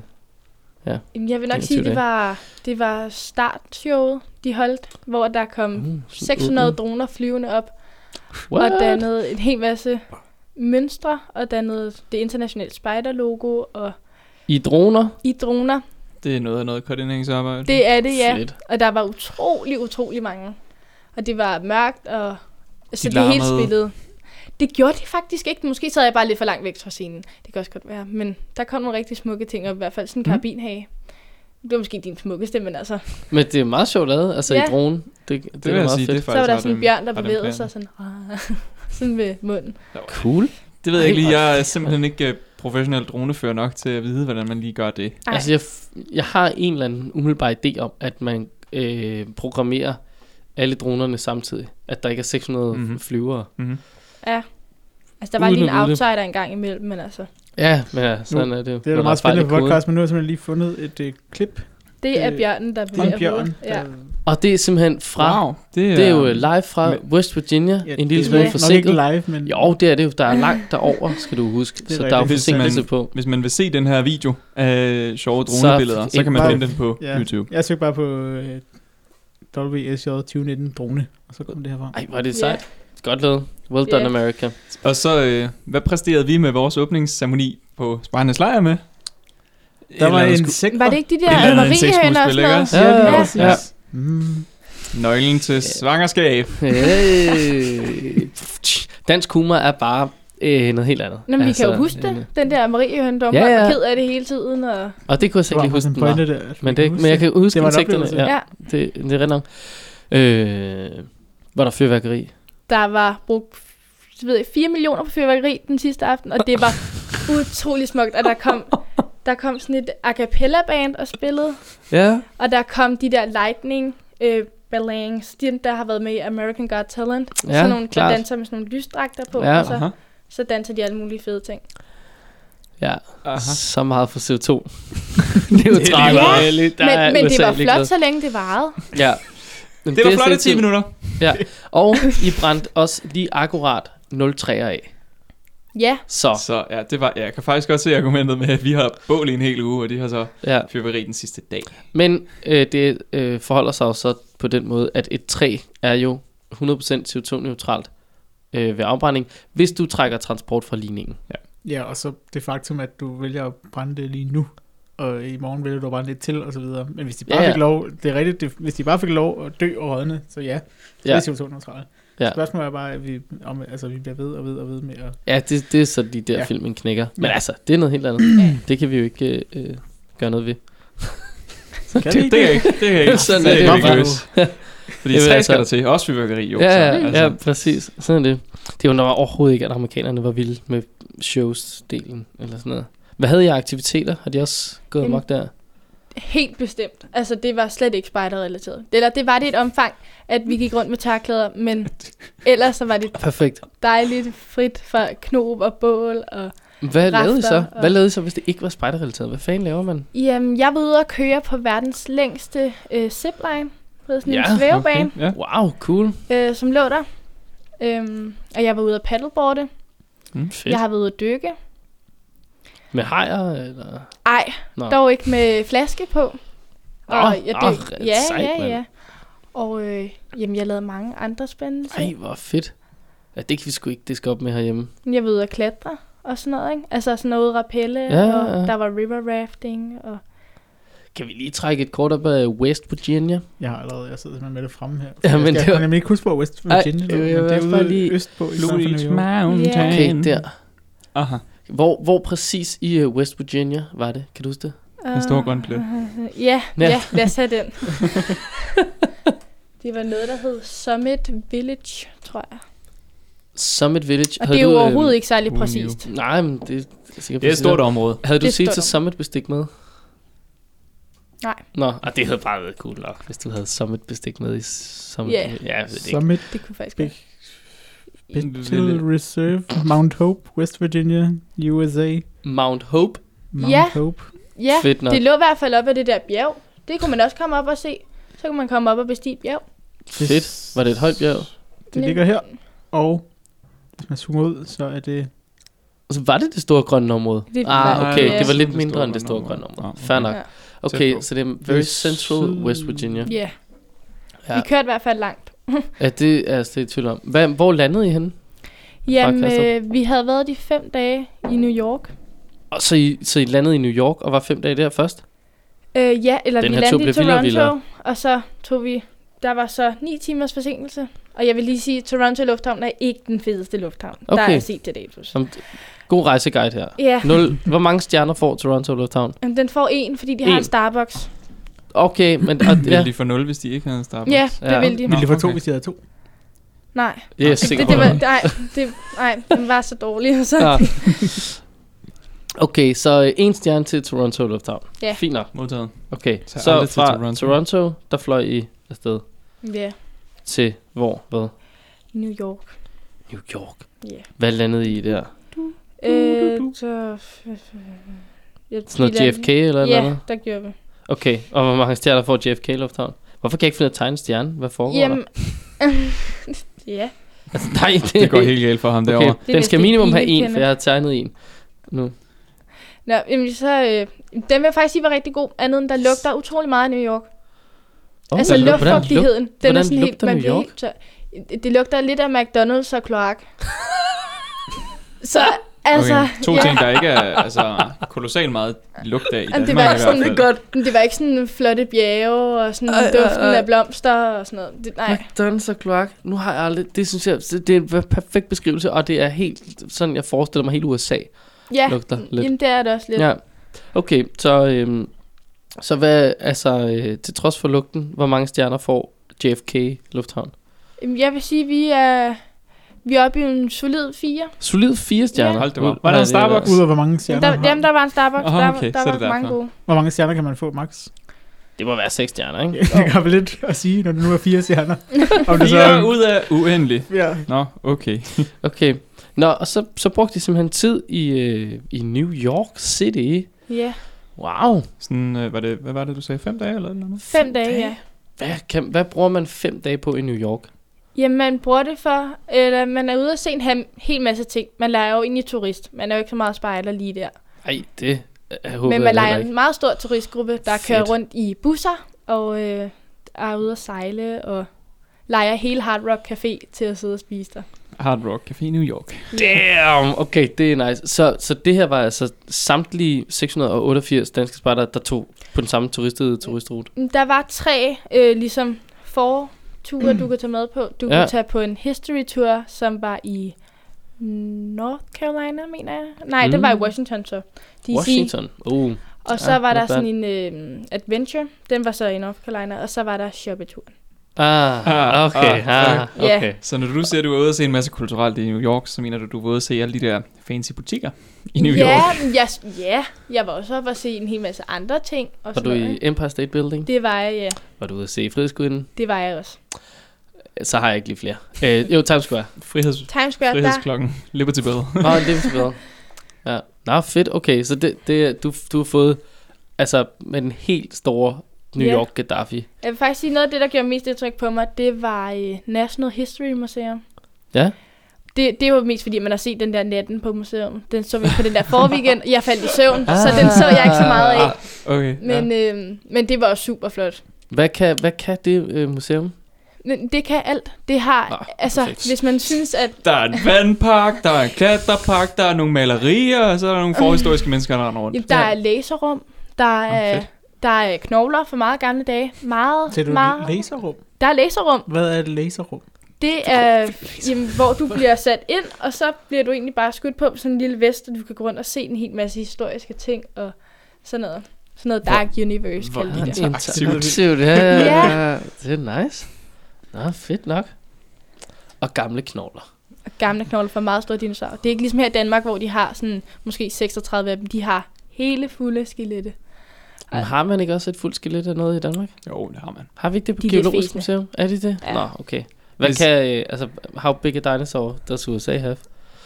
Jamen, Jeg vil nok enogtyve sige, det dage. var, det var startshowet, de holdt, hvor der kom uh, seks hundrede droner flyvende op, What? og dannede en hel masse mønstre, og dannede det internationale spejderlogo, og I droner? i droner. Det er noget af noget koordineringsarbejde. Det er det, ja. Fedt. Og der var utrolig, utrolig mange. Og det var mørkt, og så De det hele larmede. spillede. Det gjorde de faktisk ikke. Måske sad jeg bare lidt for langt væk fra scenen. Det kan også godt være. Men der kom nogle rigtig smukke ting, og i hvert fald sådan en Mm. karabinhage. Det var måske din smukkeste, men altså. Men det er meget sjovt lavet, altså Ja. i drone. Det, det, Det det vil er jeg meget sige, fedt. det er Så var faktisk der ret, sådan en øhm, bjørn, der ret bevægede imponerende. sig sådan, sådan med munden. Cool. Det ved jeg ikke lige. Ej, Jeg er simpelthen ikke øh, professionel dronefører nok til at vide, hvordan man lige gør det. Ej. Altså, jeg, f- jeg har en eller anden umiddelbar idé om, at man øh, programmerer alle dronerne samtidig. At der ikke er seks hundrede Mhm. mm-hmm. flyvere. Mm-hmm. Ja. Altså, der var Uden lige en at vide det. outsider en gang imellem, men altså. Ja, men ja, sådan Nu- er det jo. Det er Når da meget der fejl i spændende på koden. podcast, men nu har jeg simpelthen lige fundet et øh, klip. Det er Øh, bjørnen, der Det er bevæger en bjørn. Ja. Der, Og det er simpelthen fra... Wow. Det er, Det er jo live fra men- West Virginia. ja, En lille det er smule nok forsinket. ikke live, men Jo, det er det jo. Der er langt derover, skal du huske. er Så der er jo rigtigt. forsinkelse Hvis på. Hvis man vil se den her video af sjove dronebilleder, så, så kan man bare- finde den på ja, YouTube. jeg søgte bare på øh, W S J tyve nitten drone, og så kom det herfra. Ej, hvor er det Ja. sejt. Godt lavet. Well done, Ja. America. Og så, øh, hvad præsterede vi med vores åbningsceremoni på Sparnes Lejr med? Der var Eller en sku- sektor. Var det ikke de Et der eller andet mariehøner og sådan insektskuespil, ikke noget? også? Ja, Ja, ja, præcis. ja. Mm. Nøglen til svangerskab. Hey. Dansk humor er bare øh, noget helt andet. Nå, men vi kan jo Altså, huske øh, det. Den der mariehøne, der Ja, var ja. ked af det hele tiden. Og... Og det kunne jeg så Der ikke var lige huske, en den var. pointe der. at vi Men, kan det, huske men jeg kan huske Det var en indtægterne. oplevelse. Ja, Ja. det, det er rigtig nok. Øh, var der fyrværkeri? Der var brugt jeg ved, fire millioner på fyrværkeri den sidste aften, og det var utrolig smukt, og der kom, der kom sådan et a cappella band og spillede, Ja. og der kom de der lightning øh, balangs, de der har været med i American Got Talent, Ja, sådan nogle, der klart. danser med sådan nogle lysdragter på, Ja. og så, Aha. så danser de alle mulige fede ting. Ja, Aha. så meget for C O to. det er jo Det er træt. lige meget. Ærligt, der Men, er men U S det A var ligeglad. flot, så længe det varede. Ja. Men Det var er flotte ti sindssygt. minutter. Ja. Og I brændte også lige akkurat nul tre af. Ja, Så, Så ja, det var, ja, jeg kan faktisk godt se argumentet med, at vi har bål i en hel uge, og de har så ja. fyrværkeri den sidste dag. Men øh, det øh, forholder sig jo så på den måde, at et træ er jo hundrede procent C O to neutralt øh, ved afbrænding, hvis du trækker transport fra ligningen. Ja, og så det faktum, at du vælger at brænde det lige nu, og i morgen vælger du at brænde det til, og så videre. Men hvis de bare Ja, ja. fik lov, det er rigtigt, det, hvis de bare fik lov at dø og rådne, så ja, så Ja. er C O to neutralt. Ja. Spørgsmålet er bare, at vi, om, altså, vi bliver ved og ved og ved med at... Ja, det, det er så de der ja. Ja. filmen knækker. Men Ja. altså, det er noget helt andet. Det kan vi jo ikke øh, gøre noget ved. Kan Det, det, er ikke, det er ikke, Sådan det er er det ikke bare. løs. Fordi Jamen, træ altså- skal der til, også fyrværkeri jo. Ja, så, ja, altså, ja, præcis. Sådan er det. Det var nok overhovedet ikke, at amerikanerne var vilde med shows-delen eller sådan noget. Hvad havde I af aktiviteter? Har de også gået Jamen, amok der? helt bestemt. Altså, det var slet ikke spejderrelateret. Eller det var det i et omfang, at vi gik rundt med tørklæder, men ellers så var det Perfekt. dejligt frit for knob og bål. Og Hvad lavede I så? Rafter og- Hvad lavede I så, hvis det ikke var spejderrelateret? Hvad fanden laver man? Jamen, jeg var ude og køre på verdens længste øh, zipline. Ved sådan Ja, en svævebane, Ja. Wow, cool. øh, som lå der. Øhm, og jeg var ude at paddleboarde. Fedt. Jeg har været ude at dykke. Med hajer, eller? Ej, Nå. dog ikke med flaske på. Nå, jeg nå, dyk- ret ja, sejt, ja, mand. ja. Og øh, jamen, jeg lavede mange andre spændende Ej, ting. hvor fedt. Ja, det kan vi sgu ikke diske op med herhjemme. Jeg var ude at klatre og sådan noget, ikke? Altså sådan noget rappelle, Ja, ja, og ja. der var river rafting. Og Kan vi lige trække et kort op af West Virginia? Jeg har allerede, jeg sidder simpelthen med det fremme her. Ja, jeg men skal, det jeg var- kan nemlig ikke huske, hvor West Virginia Ej, lå, jeg men vil det er også bare ude lige- øst på. i stedet for Louis New York. Mountain. Okay, der. Aha. Hvor, hvor præcis i uh, West Virginia var det? Kan du huske det? En stor grøn plet. Uh, ja, Ja. ja, lad os have den. Det var noget, der hed Summit Village, tror jeg. Summit Village. Og Havde det er jo du, øh, overhovedet ikke særlig who præcist. Nej, men det er sikkert Det er et stort område. Havde Det du er set stort til Summit bestik med? Nej. Nå, og det havde bare været cool nok, hvis du havde Summit bestik med i Summit. Ja. Ja, jeg ved det ikke. Summit Det kunne faktisk Big være. Battle Reserve, Mount Hope, West Virginia, U S A. Mount Hope. Mount Ja. Hope. Ja, Fedt nok. det lå i hvert fald op ad det der bjerg. Det kunne man også komme op og se. Så kunne man komme op og bestige et bjerg. Fedt. Var det et højt bjerg? Det ligger her, og hvis man zoomer ud, så er det... Altså, var det det store grønne område? Det- ah, Nej, okay. ja. Det var lidt Det mindre store end det store grønne grønne område. område. Fair Ja. nok. Ja. Okay, på. så det er Det very er central syd- West Virginia. Ja, Ja. vi kørte i hvert fald langt. Ja, det er jeg slet i tvivl om. Hvad, hvor landede I henne? Jamen, Kastrup? øh, vi havde været de fem dage i New York. Og så I, så I landede i New York og var fem dage der først? Øh, ja, eller Den vi her tur landede i blev vildere og Toronto, vildere. og så tog vi... Der var så ni timers forsinkelse. Og jeg vil lige sige, at Toronto Lufthavn er ikke den fedeste lufthavn, Okay. der er set til datos. Som, god rejseguide her. Ja, Nul. Hvor mange stjerner får Toronto Lufthavn? men den får en, fordi de har En. en Starbucks. Okay, men... Og, Ville ja. de få nul, hvis de ikke havde en Starbucks? Ja, det Ja. vil de. Nå, Ville de få to, okay. hvis de havde to? Nej, Det er det, sikkert. det, var, nej, det, nej, den var så dårlig. Så. Ja. Okay, så øh, en stjerne til Toronto Lufthavn. Ja. Fint nok. Modtaget. Okay, Tag så aldrig til fra Toronto. Toronto, der fløj I afsted Ja, til hvor? Hvad? New York. New York. Ja. Hvad landede I der? Øh, så... Jeg, Sådan noget J F K eller Ja, noget? der gjorde vi. Okay, og hvor mange stjerner får J F K Lufthavn? Hvorfor kan jeg ikke finde ud af at tegne en stjerne? Hvad foregår Jamen, der? ja. Altså, nej, det, Det går helt galt for ham okay. derovre. er Den skal vist minimum ikke have lige en, kender. for jeg har tegnet en nu. Nå, jamen så... Øh, den vil jeg faktisk sige var rigtig god, andet end der lugter utrolig meget af New York. Oh, Altså hvordan- hvordan luftfugtigheden, den hvordan er sådan helt... lugter Man New bliver York? helt tør. Det, det lugter lidt af McDonald's og kloak. Så altså... Okay. To ja. ting, der ikke er altså, kolossalt meget lugt af i Jamen, det Danmark var i sådan hvert fald. godt. Men det var ikke sådan flotte bjerge og sådan Ej, ej, duften ej. af blomster og sådan noget. Det, nej. McDonald's og kloak. Nu har jeg aldrig... Det synes jeg... Det er en perfekt beskrivelse, og det er helt sådan, jeg forestiller mig helt U S A. Ja, Lugter lidt. jamen det er det også lidt. Ja. Okay, så... Øhm, så hvad... Altså, øh, til trods for lugten, hvor mange stjerner får J F K Lufthavn? Jamen, jeg vil sige, vi er, vi er oppe i en solid fire. Solid fire stjerner. Hold da op. Ud- Var der en det Starbucks? Ud af hvor mange Jamen, stjerner der, har- jamen, der var en Starbucks. Aha, der, okay, der så er var det mange derfor. gode. Hvor mange stjerner kan man få, max? Det må være seks stjerner, ikke? Det har vel lidt at sige, når det nu er fire stjerner. Om det Fire ud af uendelig. Ja. Nå, okay. Okay. Nå, og så, så brugte de simpelthen tid i, øh, i New York City. Ja, Wow. Sådan, øh, var det, hvad var det, du sagde? Fem dage eller noget? fem dage, ja. Hvad, kan, hvad bruger man fem dage på i New York? Jamen, man bruger det for, eller man er ude og se en ham- hel masse ting. Man leger jo egentlig turist. Man er jo ikke så meget spejder lige der. Ej, det jeg håber Men jeg man heller leger ikke. en meget stor turistgruppe, der Fedt. kører rundt i busser, og øh, er ude at sejle, og leger hele Hard Rock Café til at sidde og spise der. Hard Rock Café i New York. Damn, okay, det er nice. Så, så det her var altså samtlige seks hundrede otteogfirs danske spejdere, der tog på den samme turistede turistrute. Der var tre øh, ligesom forture, du kunne tage med på. Du Ja. kunne tage på en history tour, som var i North Carolina, mener jeg. Nej, mm. den var i Washington så. D C. Washington, oh. Og så Ja, var der not bad. sådan en øh, adventure. Den var så i North Carolina. Og så var der shoppeturen. Ah, Ah, okay, ah, ah, Ja. okay. Så når du siger, at du er ude og se en masse kulturelt i New York, så mener du, at du er ude og se alle de der fancy butikker i New ja, York? men jeg, ja, jeg var også oppe og se en hel masse andre ting. Og Var sådan du noget, i ikke? Empire State Building? Det var jeg, ja. Var du ude at se Frihedsgudinden? Det var jeg også. Så har jeg ikke lige flere. Øh, jo, Times Square. Friheds, Times Square, der, frihedsklokken. Liberty Bell. Åh, oh, det er bedre. Ja. Nå, fedt. Okay, så det, det, du, du har fået, altså med den helt store New Ja. York Gaddafi. jeg vil faktisk sige, noget af det, der gjorde mest indtryk på mig, det var øh, National History Museum. Ja. Det, det var mest fordi, man har set den der natten på museum. Den så vi på den der forweekend. Jeg faldt i søvn, Ah. så den så jeg ikke så meget af. Okay, Men, ja. øh, men det var også super flot. Hvad kan, hvad kan det øh, museum? Men det kan alt. Det har, Ah, altså, perfekt. hvis man synes, at Der er en vandpark, der er en klatrepark, der er nogle malerier, og så er der nogle forhistoriske mennesker, der render rundt. jamen, der er laserrum, der er, fedt. der er knogler fra meget gamle dage. Meget, Til du meget. laserrum. Der er laserrum. Hvad er et laserrum? Det er, jamen, hvor du bliver sat ind, og så bliver du egentlig bare skudt på sådan en lille vest, og du kan gå rundt og se en hel masse historiske ting, og sådan noget. Sådan noget Dark Universe, Hvor kalder de det. interaktivt. Ja, ja, ja. Det er nice. Nå, fedt nok. Og gamle knogler. Og gamle knogler fra meget store dinosaurer. Det er ikke ligesom her i Danmark, hvor de har sådan, måske seksogtredive af dem, de har hele fulde skelette. Men har man ikke også et fuldt skelet af noget i Danmark? Jo, det har man. Har vi ikke det på De er lidt Geologisk fæsende. Museum? Er det det? Ja. Nå, okay. Hvad Hvis- kan, øh, altså, how big a dinosaur does U S A have?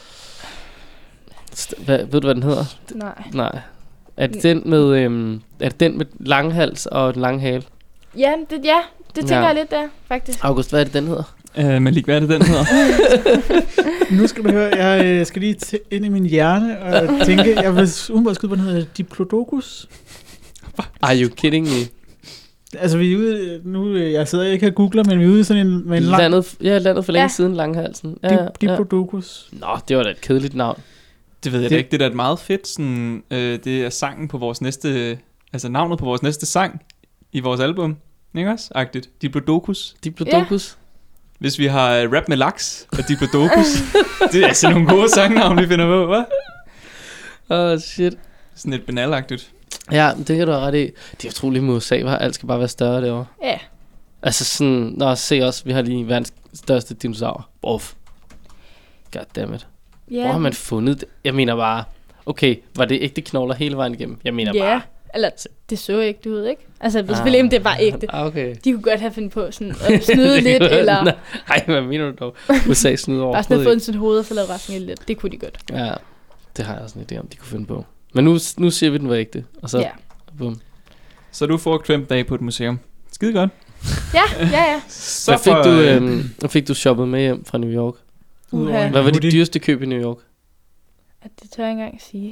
St- hvad, ved du, hvad den hedder? Nej. Nej. Er det den med, øhm, er det den med lang hals og en lang hale? Ja, det, ja, det tænker Ja. jeg lidt der, faktisk. August, hvad er det, den hedder? Uh, men lige hvad er det, den hedder? Nu skal du høre, jeg øh, skal lige t- ind i min hjerne og tænke, jeg vil umiddelbart skyde på, den hedder Diplodocus. Are you kidding me? Altså, vi er ude, nu, øh, jeg sidder ikke og googler, men vi er ude i sådan en, med en lang Landet, ja, landet for længe Ja. siden, langhalsen. Ja, Dip, ja. Diplodocus. Nå, det var da et kedeligt navn. Det ved jeg Det- da ikke. Det er da et meget fedt sådan, øh, det er sangen på vores næste, altså navnet på vores næste sang i vores album. Ikke også? Agtigt. Diplodocus. Diplodocus. Hvis vi har øh, rap med laks og Diplodocus. Det er altså nogle gode sangnavn, vi finder på, hva'? Åh, oh, shit. Sådan lidt banalagtigt. Ja, det kan du have ret i. Det er utroligt med U S A, var alt skal bare være større derovre. Ja. Altså sådan, nå, se os, vi har lige verdens største dinosaur. Uff. Goddammit. Ja. Hvor har man fundet det? Jeg mener bare, okay, var det ægte knogler hele vejen igennem? Jeg mener Ja, bare. eller det så ægte ud, ikke? Altså, jeg ved selvfølgelig ikke, om det var ægte. Ah, okay. De kunne godt have fundet på sådan at snyde lidt, eller Nej, hvad mener du dog? U S A snyder over. bare sådan at få en sådan hoved og så lave resten lidt. Det kunne de godt. Ja, det har jeg også en idé om, de kunne finde på. Men nu, nu siger vi, den var ægte. Og så, Ja. bum. Så du får Crimp Day på et museum. Skide godt. Ja, ja, ja. Så Hvad fik, for, du, øh, øhm, hvad fik du shoppet med hjem fra New York? Uha. Hvad var dit Hoodie. dyreste køb i New York? Ja, det tør jeg ikke engang sige.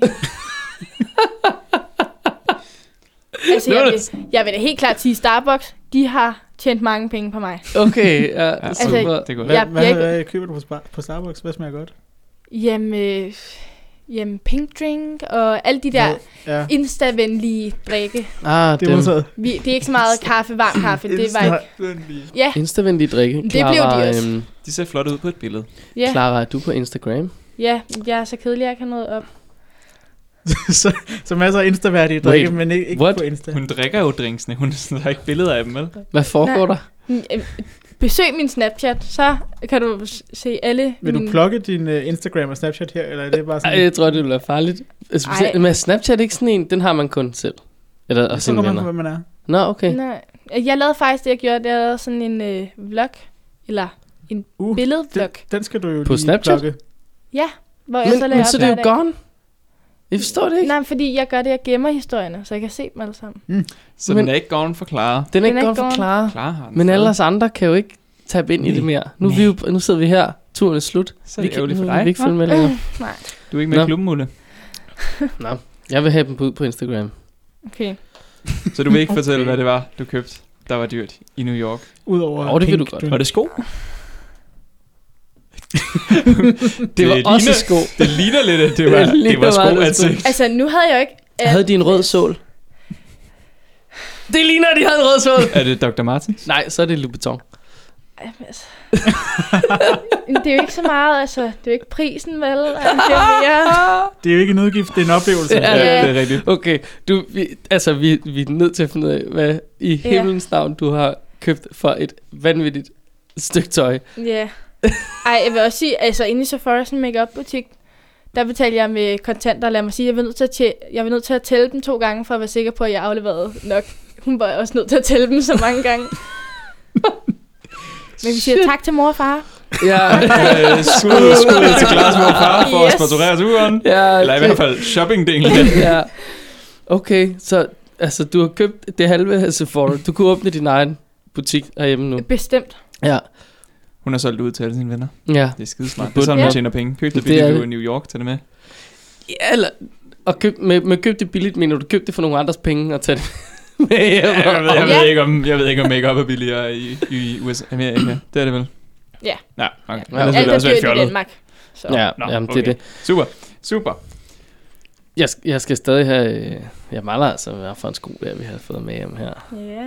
altså, jeg vil, jeg vil da helt klart sige, Starbucks, de har tjent mange penge på mig. Okay, ja, Ja, super. altså, det er godt. Hvad, Jeg- hvad, jeg- hvad køber du på, spar- på Starbucks? Hvad smager godt? Jamen, øh, jamen pink drink og alle de der Ja, insta-venlige drikke. Ah, det er dem. modtaget. Vi, det er ikke så meget kaffe, varm kaffe. Det var ikke... Ja, Instavenlige drikke. Det blev de også. Øhm, De ser flot ud på et billede. ja, Clara, er du på Instagram? ja. Jeg er så kedelig, jeg kan noget op. så, så masser af Insta-værdige drikke, Wait, men ikke, ikke what? på Insta. Hun drikker jo drinksene. Hun har ikke billeder af dem, vel? Hvad foregår der? Mm, øh, Besøg min Snapchat, så kan du s- se alle Vil du mine... plukke din uh, Instagram og Snapchat her, eller er det bare sådan... Ej, jeg tror, det bliver farligt. Specielt, Ej. men er Snapchat ikke sådan en, den har man kun selv. Eller og så sine kommer man på, venner. hvad man er. Nå, okay. Nej, jeg lavede faktisk det, jeg gjorde. Jeg lavede sådan en øh, vlog, eller en Uh, billedvlog. Den, den skal du jo På lige Snapchat? plukke. Ja, hvor jeg Men, så men laver så op det er hver jo dag. gone. Jeg forstår det ikke. Nej, fordi jeg gør det, jeg gemmer historierne, så jeg kan se dem alle sammen. Så Men- den er ikke gone for Clara. Den er Den ikke er godt ikke gone. forklaret. Clara har den Men stadig. alle os andre kan jo ikke tabe ind i Nej. det mere. Nu, er vi jo, nu sidder vi her, turen er slut. Så er Vi det kan, ærgerligt for nu vil dig. vi ikke følge med længere. Nej, Du er ikke med Nå. i klubben, Mulle. Nå, jeg vil have dem ud på Instagram. okay. Så du vil ikke Okay. fortælle, hvad det var, du købte, der var dyrt i New York. Udover Åh, det vil pink du godt. drink. Var det sko? Det var Det også ligner- sko. Det ligner lidt, at det var, Det ligner det var sko meget at sko. se. Altså, nu havde jeg jo ikke... Havde de en rød sål? Det ligner, at de havde en rød sål. Er det doktor Martens? Nej, så er det Louboutin. Jamen, altså. Det er jo ikke så meget, altså. Det er jo ikke prisen, vel? Altså, det er mere... Det er jo ikke en udgift, det er en oplevelse. Ja. Ja, det er rigtigt. Okay, du, vi, altså vi, vi er nødt til at finde ud af, hvad i Ja. himlens navn du har købt for et vanvittigt stykke tøj. Ja. Ej, jeg vil også sige, altså inde i Sephora's make-up butik, der betalte jeg med kontanter. Lad mig sige, jeg var nødt til at, tæ- jeg var nødt til at tælle dem to gange, for at være sikker på, at jeg afleverede nok. Hun var også nødt til at tælle dem så mange gange. Men vi siger Shit. tak til mor og far. Ja, Øh, Skud, skud til Klaas mor og far for at Yes. sponsorere turen. ja, Eller i hvert fald shoppingdelen. ja. Okay, så altså, du har købt det halve af Sephora. Du kunne åbne din egen butik herhjemme nu. Bestemt. Ja, Hun har solgt ud til alle sine venner. ja. Det er skidesmart. Det er sådan, Ja. man tjener penge. Køb det Det billigt er i det. New York, tag det med. Ja, eller, og køb, med, med køb det billigt, mener du køb det for nogle andres penge og tage det med hjem? Ja, jeg, ved, jeg, Ja. ved ikke, om, jeg ved ikke, om make-up er billigere i, i U S A. Amerika. Det er det vel? Ja. Ja, okay. Ja. Men Ja, ellers okay. ville det Alt også er være dyrt i fjollet. Danmark. Så. Ja, Nå, jamen, okay. det er det. Super, super. Jeg, sk- jeg skal stadig have... øh, Jeg mangler altså, hvad for en sko der, vi har fået med hjem her. Ja.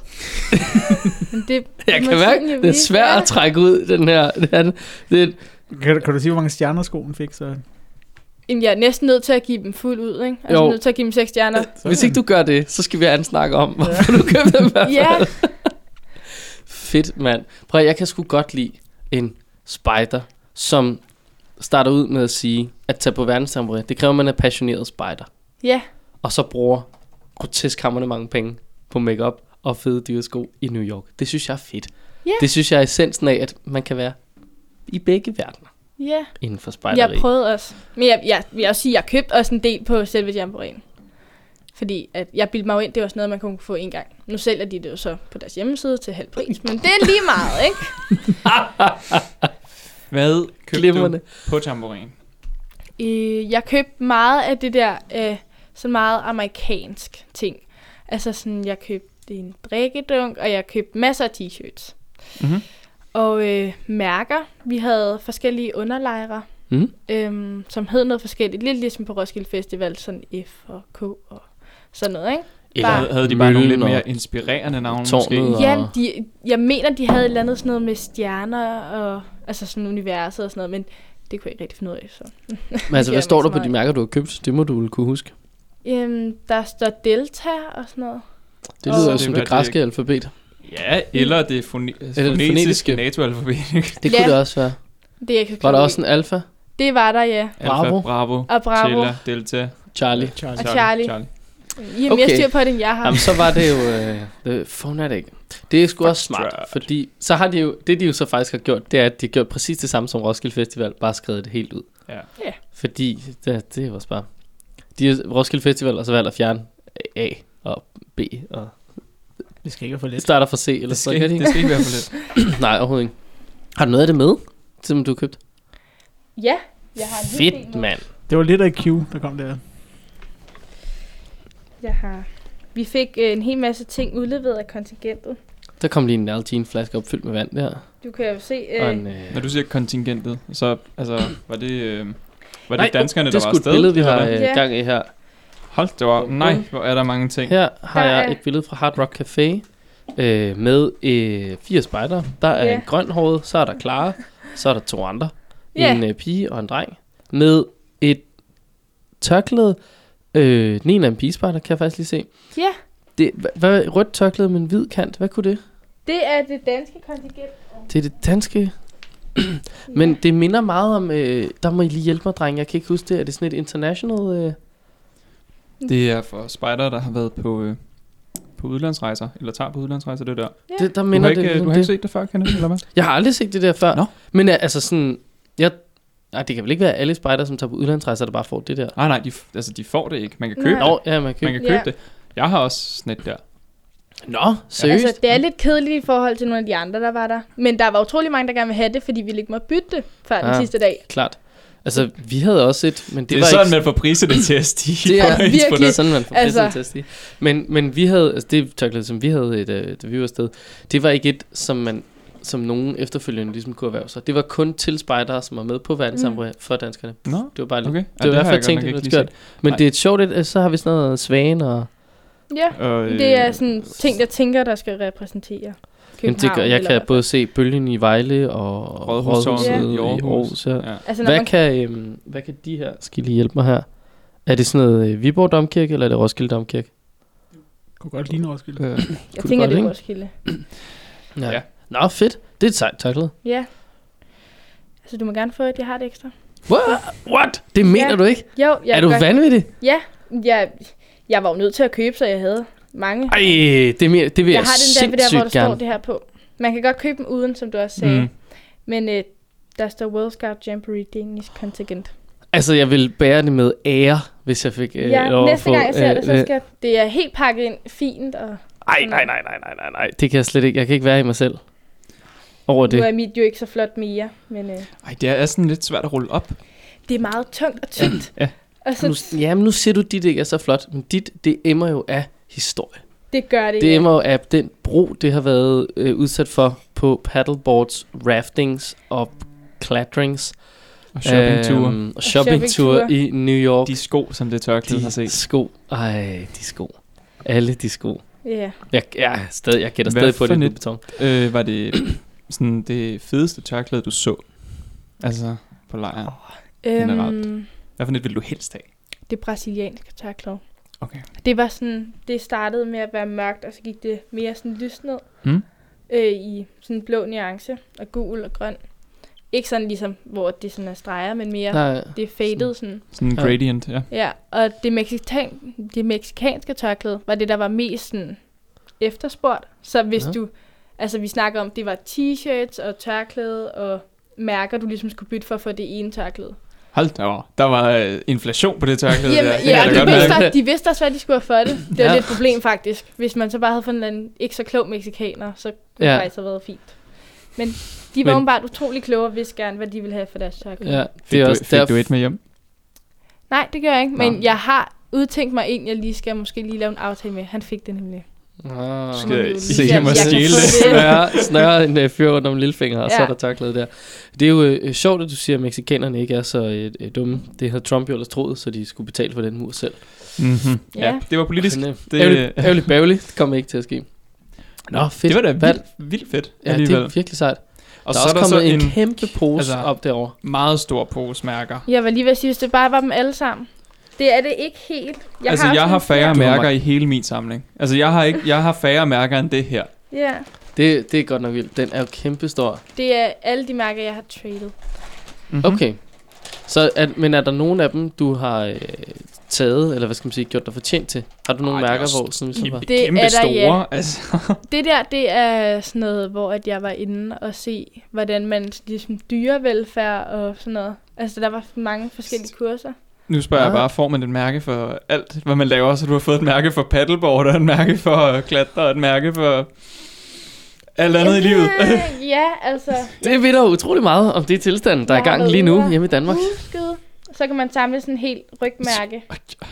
Men det, Jeg må kan tiden mærke, jo det er vise, svært ja. at trække ud, den her. Det er, det er, Kan, kan du sige, hvor mange stjerner skoen fik så? Jamen, jeg er næsten nødt til at give dem fuld ud, ikke? Altså, Jo. jeg er nødt til at give dem seks stjerner. hvis ikke du gør det, så skal vi have en snak om, hvorfor du købte dem i hvert fald. Ja. Fedt, mand. Prøv at, jeg kan sgu godt lide en spider, som starter ud med at sige, at tage på verdenssamfundet, det kræver, at man er passioneret spider. Ja. Og så bruger grotesk hammerne mange penge på makeup og fede dyre sko i New York. Det synes jeg er fedt. Ja. Det synes jeg er essensen af, at man kan være i begge verdener Ja. inden for spejderi. Jeg prøvede også. Men jeg, jeg vil også sige, at jeg købte også en del på selve jamboreen. Fordi at jeg bildte mig jo ind, det var sådan noget, man kunne få en gang. Nu sælger de det jo så på deres hjemmeside til halv pris. Men det er lige meget, ikke? Hvad købte Glimrende. du på tamborin? Øh, jeg købte meget af det der, øh, sådan meget amerikansk ting. Altså sådan, jeg købte en drikkedunk, og jeg købte masser af t-shirts. Mm-hmm. Og øh, mærker. Vi havde forskellige underlejre, Mm. øhm, som hed noget forskelligt. Lidt ligesom på Roskilde Festival, sådan F og K og sådan noget, ikke? Eller Bare- Havde de bare nogle lidt Møllen mere og inspirerende navne Tårnet måske? og- Ja, de, jeg mener, de havde et eller andet sådan noget med stjerner og altså sådan universet og sådan noget, men det kunne jeg ikke rigtig finde ud af. Så. Men altså, giver hvad mig står der så på de meget. mærker, du har købt? Det må du vel kunne huske. Øhm, der står Delta og sådan noget. Det Og- lyder jo Det som var det det græske ikke. alfabet. Ja, eller det fone- det fonetiske fonetiske. NATO-alfabet. Det Ja. kunne det også være. Det er jeg ikke så Var der klog også i. en alfa? Det var der, ja. Bravo. Alpha, Bravo, Og Bravo. Tilla, Delta, Charlie. Charlie. Og Charlie. Charlie. I har mere Okay. styr på det, end jeg har. Jamen, så var det jo øh, The Phonetic. Det er sgu også smart, Foxtrot. fordi så har de jo, det de jo så faktisk har gjort, det er, at de har gjort præcis det samme som Roskilde Festival, bare skrevet det helt ud. Ja. Ja. Fordi, det, det var også bare, de har Roskilde Festival og så valgt at fjerne A og B, og Det skal ikke være for det let. starter for C, eller Det så skal, kan de det skal ikke være for lidt. Nej, overhovedet ikke. Har du noget af det med, som du har købt? Ja, jeg har en hel del Fedt, med. mand. Det var lidt af Q, der kom der. Jeg har... Vi fik øh, en hel masse ting udleveret af kontingentet. Der kom lige en Nalgene flaske op fyldt med vand der. Du kan jo se... Og Øh, en, øh, Når du siger kontingentet, så altså, var det, øh, var det Nej, danskerne, det der er var sgu et afsted? billede, vi eller har hvad? øh, Ja. gang i her. Hold da op. Nej, hvor er der mange ting. Her har Der jeg er- et billede fra Hard Rock Café øh, med øh, fire spejder. Der er Ja. en grønhåret, så er der Clara, så er der to andre. Ja. En øh, pige og en dreng. Med et tørklæde. Øh, den ene er en pigespejder, kan jeg faktisk lige se. ja, Det, hvad, hvad, rødt tørklæde med en hvid kant, hvad kunne det? det er det danske kontingent. Det er det danske. Men det minder meget om, øh, der må I lige hjælpe mig, dreng. Jeg kan ikke huske det. Er det sådan et international... Øh? Det er for spejdere, der har været på, øh, på udlandsrejser, eller tager på udlandsrejser, det der. Ja. Det, der Du minder har ikke, det, øh, lidt du om har ikke det. set det før, Kenneth, eller hvad? Jeg har aldrig set det der før. Nå. Men øh, altså sådan... Jeg, nej, det kan vel ikke være alle spejder, som tager på udlandsrejser, der bare får det der. Nej, nej, de, f- altså, de får det ikke. Man kan købe Nej. det. Nå, ja, man kan Man købe. kan købe Ja. det. Jeg har også sådan et der. Nå, seriøst? Altså, det er lidt kedeligt i forhold til nogle af de andre, der var der. Men der var utrolig mange, der gerne vil have det, fordi vi ikke måtte bytte det før Ah. den sidste dag. Klart. Altså, vi havde også et, men det, Det er var sådan, ikke... man får priserne til at stige. Det er på ens virkelig- produkt. sådan, man får Altså- altså, til at stige. Men, men vi havde, altså det tørklæde, som vi havde, et, øh, da vi var afsted, det var ikke et, som man som nogen efterfølgende ligesom kunne erhverve sig. Det var kun til spejdere, som var med på verdenssamråd mm. for danskerne. Nå, Det var bare lidt, okay. det var i hvert fald tænkt, det var skørt. Men Nej. det er et sjovt, et, så har vi sådan noget svagen og... Ja, Og, øh, det er sådan ting, jeg tænker, der skal repræsentere Jamen, det gør, jeg eller kan hvad. både se Bølgen i Vejle og Rådhustårnet Ja. Rådhuset i i Aarhus. Aarhus. Ja. Ja. Altså, når Hvad man, kan, øhm, hvad kan de her, skal I lige hjælpe mig her? Er det sådan noget øh, Viborg Domkirke, eller er det Roskilde Domkirke? Kunne godt ligne Roskilde. Øh, jeg kunne tænker, godt, det er ikke? Roskilde. Ja. Nå, fedt. Det er et sejt tørklæde. Ja. Altså, du må gerne få et, jeg har det ekstra. What? What? Det mener Ja. du ikke? Jo, jeg Er du godt- vanvittig? Ja, jeg, jeg var jo nødt til at købe, så jeg havde mange. Ej, det, mener, det vil jeg jeg, har den der, der hvor der sindssygt gerne. står det her på. Man kan godt købe dem uden, som du også sagde. Mm. Mm. Men øh, der står World Scout Jamboree Danish Contingent. Altså, jeg vil bære det med ære, hvis jeg fik øh, Ja, lov at næste få, gang jeg ser øh, det, så øh, skal det er helt pakket ind fint. Og Ej, nej, nej, nej, nej, nej, nej. Det kan jeg slet ikke. Jeg kan ikke være i mig selv over nu det. er mit jo ikke så flot mere, men øh, Ej, det er sådan lidt svært at rulle op. det er meget tungt og tykt. Ja. Og så, Nu, jamen, nu siger du, dit ikke er så flot, men dit, det emmer jo af historie. det gør det, Det ja. emmer jo af den bro, det har været øh, udsat for på paddleboards, raftings og clatrings. Og shoppingture. Øhm, og shoppingture shoppingture. i New York. De sko, som det tørklæde har set. sko. Ej, de sko. Alle de sko. Ja. Jeg, jeg, er stadig, jeg gætter Hvad stadig på for det net- på beton. Øh, var det sådan det fedeste tørklæde, du så? Altså, på lejren. Generelt. Øhm, Hvad for net ville du helst have? det brasilianske tørklæde. Okay. Det var sådan, det startede med at være mørkt, og så gik det mere sådan lyst ned. Hmm? Øh, i sådan en blå nuance, og gul og grøn. Ikke sådan ligesom, hvor det sådan er streger, men mere, Nej, det er faded sådan. Sådan en Ja. gradient, ja. Ja, og det, mexikan, det mexikanske tørklæde var det, der var mest sådan efterspurgt. Så hvis Ja. du, altså vi snakker om, det var t-shirts og tørklæde og mærker, du ligesom skulle bytte for at få det ene tørklæde. Hold da over. Der var øh, inflation på det tørklæde Jamen, der. Det ja, kan jeg da de godt vidste, mærke. også, de vidste også, hvad de skulle have for det. Det var Ja. lidt et problem faktisk. Hvis man så bare havde fundet en ikke så klog mexikaner, så kunne Ja. det faktisk have været fint. Men de var Men- åbenbart utrolig kloge og vidste gerne, hvad de ville have for deres tørklæde. ja, Fik, det er du, også fik der. du et med hjem? Nej, det gør jeg ikke, men Nå. jeg har udtænkt mig en, jeg lige skal måske lige lave en aftale med. Han fik det nemlig. Ah. Skal må vi jo I lige se se, hjem om og jeg kan stjæle få det? Snøre, snøre en uh, fyr rundt om lillefinger, og ja. så Ja. er der tørklæde der. Det er jo øh, sjovt, at du siger, at mexikanerne ikke er så øh, øh, dumme. Det havde Trump jo ellers troet, så de skulle betale for den mur selv. Mm-hmm. Ja. Ja. det var politisk. Men, øh, Det- ærgerligt, ærgerligt bævligt. Det kommer ikke til at ske. Nå, fedt. Det var da Hvad- vildt, vildt fedt Ja, det alligevel. er virkelig sejt. Og der så er er der også så kommet en, en kæmpe pose altså- altså, op derovre. meget stor pose mærker. Jeg var lige ved at sige, hvis det bare var dem alle sammen. Det er det ikke helt. Jeg altså, har jeg har sådan færre flere- mærker i hele min samling. Altså, jeg har ikke, jeg har færre mærker end det her. flere. Ja, Det, det er godt nok vildt. Den er jo kæmpe stor. det er alle de mærker, jeg har traded. Mm-hmm. Okay. Så er, men er der nogen af dem, du har øh, taget, eller hvad skal man sige, gjort dig fortjent til? Har du nogle Ej, det er mærker, også hvor sådan ligesom var? Det Kæmpe er der, store. ja. Altså. Det der, det er sådan noget, hvor at jeg var inde og se, hvordan man ligesom dyrevelfærd og sådan noget. Altså, der var mange forskellige kurser. Nu spørger jeg Ah. bare, får man et mærke for alt, hvad man laver? Så du har fået et mærke for paddleboard, og et mærke for at klatre, og et mærke for alt andet i livet. Øh, ja, altså. Det ved der utrolig meget om det tilstand, der er i Jeg har gang været lige nu ude og hjemme i Danmark. Husket. Så kan man samle sådan en helt rygmærke.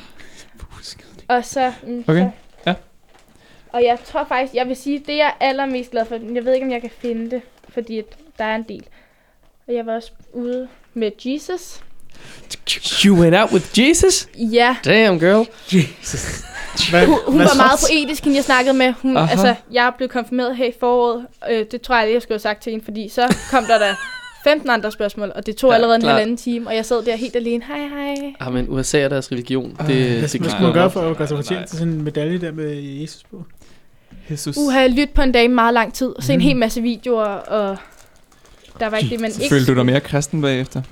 Og så... Mm, Okay, så. ja. Og jeg tror faktisk, jeg vil sige, det jeg er allermest glad for, jeg ved ikke, om jeg kan finde det, fordi at der er en del. Og jeg var også ude med Jesus. You went out with Jesus? Ja, Damn, girl. Hvad, hun, hun hvad var så? meget poetisk, hende jeg snakkede med. Hun, Aha. altså, jeg er blevet konfirmeret her i foråret. Øh, det tror jeg lige, jeg skulle have sagt til hende, fordi så kom der da femten andre spørgsmål, og det tog Ja, ja, allerede en klart. halvanden time, og jeg sad der helt alene. Hej, hej. Ah, men U S A er deres religion. Det, Hvad, det, hvad det skulle nej, man gøre nej. for at gøre sig Nej, nej. fortjent til sådan en medalje der med Jesus på? Jesus. Uh, har jeg lyttet på en dag i meget lang tid, og set en Mm. hel masse videoer, og der var ikke det, man ikke... Følte du dig mere kristen bagefter?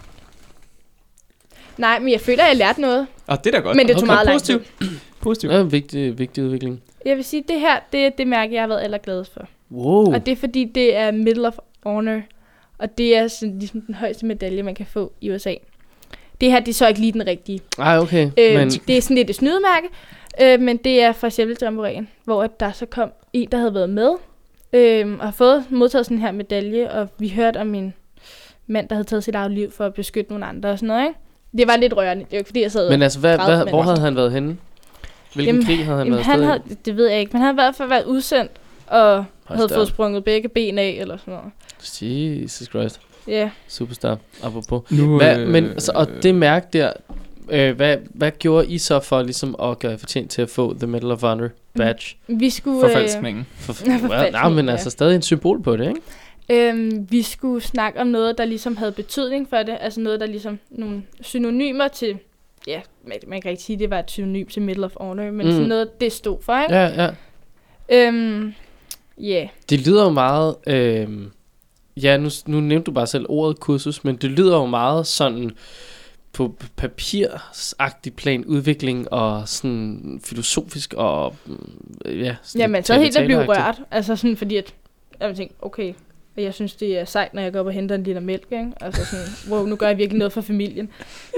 Nej, men jeg føler, at jeg lærte noget, Og det er da godt. men det tog Okay, meget lang positivt. tid. Positivt. er en vigtig, vigtig udvikling. Jeg vil sige, at det her, det er det mærke, jeg har været allergladest for. Wow. Og det er fordi, det er Medal of Honor, og det er sådan, ligesom den højeste medalje, man kan få i U S A. Det her, det er så ikke lige den rigtige. Ej, okay. Øh, Men Det er sådan lidt et snydemærke, øh, men det er fra selve jamboréen, hvor at der så kom en, der havde været med, øhm, og har fået modtaget sådan her medalje, og vi hørte om en mand, der havde taget sit eget liv for at beskytte nogle andre og sådan noget, ikke? Det var lidt rørende. Det var ikke, fordi jeg sad Men altså, hvad, græd, hvad, men hvor altså- havde han været henne? Hvilken Jamen, krig havde han Jamen, været han afsted havde, i? det ved jeg ikke, men han havde i hvert fald været udsendt, og havde da fået op. sprunget begge ben af, eller sådan noget. Jesus Christ. Ja. Yeah. Superstar, apropos. Nu, Hvad, øh, men, altså, og det mærke der, øh, hvad, hvad gjorde I så for ligesom at gøre fortjent til at få The Medal of Honor badge? Vi skulle... Forfalskningen. For, Forfalskning, well, nej, men ja. altså stadig en symbol på det, ikke? Øhm, vi skulle snakke om noget, der ligesom havde betydning for det. Altså noget, der ligesom nogle synonymer til... Ja, man, man kan ikke sige, at det var et synonym til Medal of Honor, men Mm. mm. sådan noget, det stod for, ikke? Ja, ja. Øhm, yeah. Det lyder jo meget... Øh, ja, nu, nu nævnte du bare selv ordet kursus, men det lyder jo meget sådan på papirsagtig plan udvikling og sådan filosofisk og mm, ja, sådan Ja, lidt men så helt at blive teateragtigt. rørt. Altså sådan, fordi at... Jeg tænkte, okay, jeg synes, det er sejt, når jeg går op og henter en liter mælk, ikke? Altså sådan, wow, nu gør jeg virkelig noget for familien.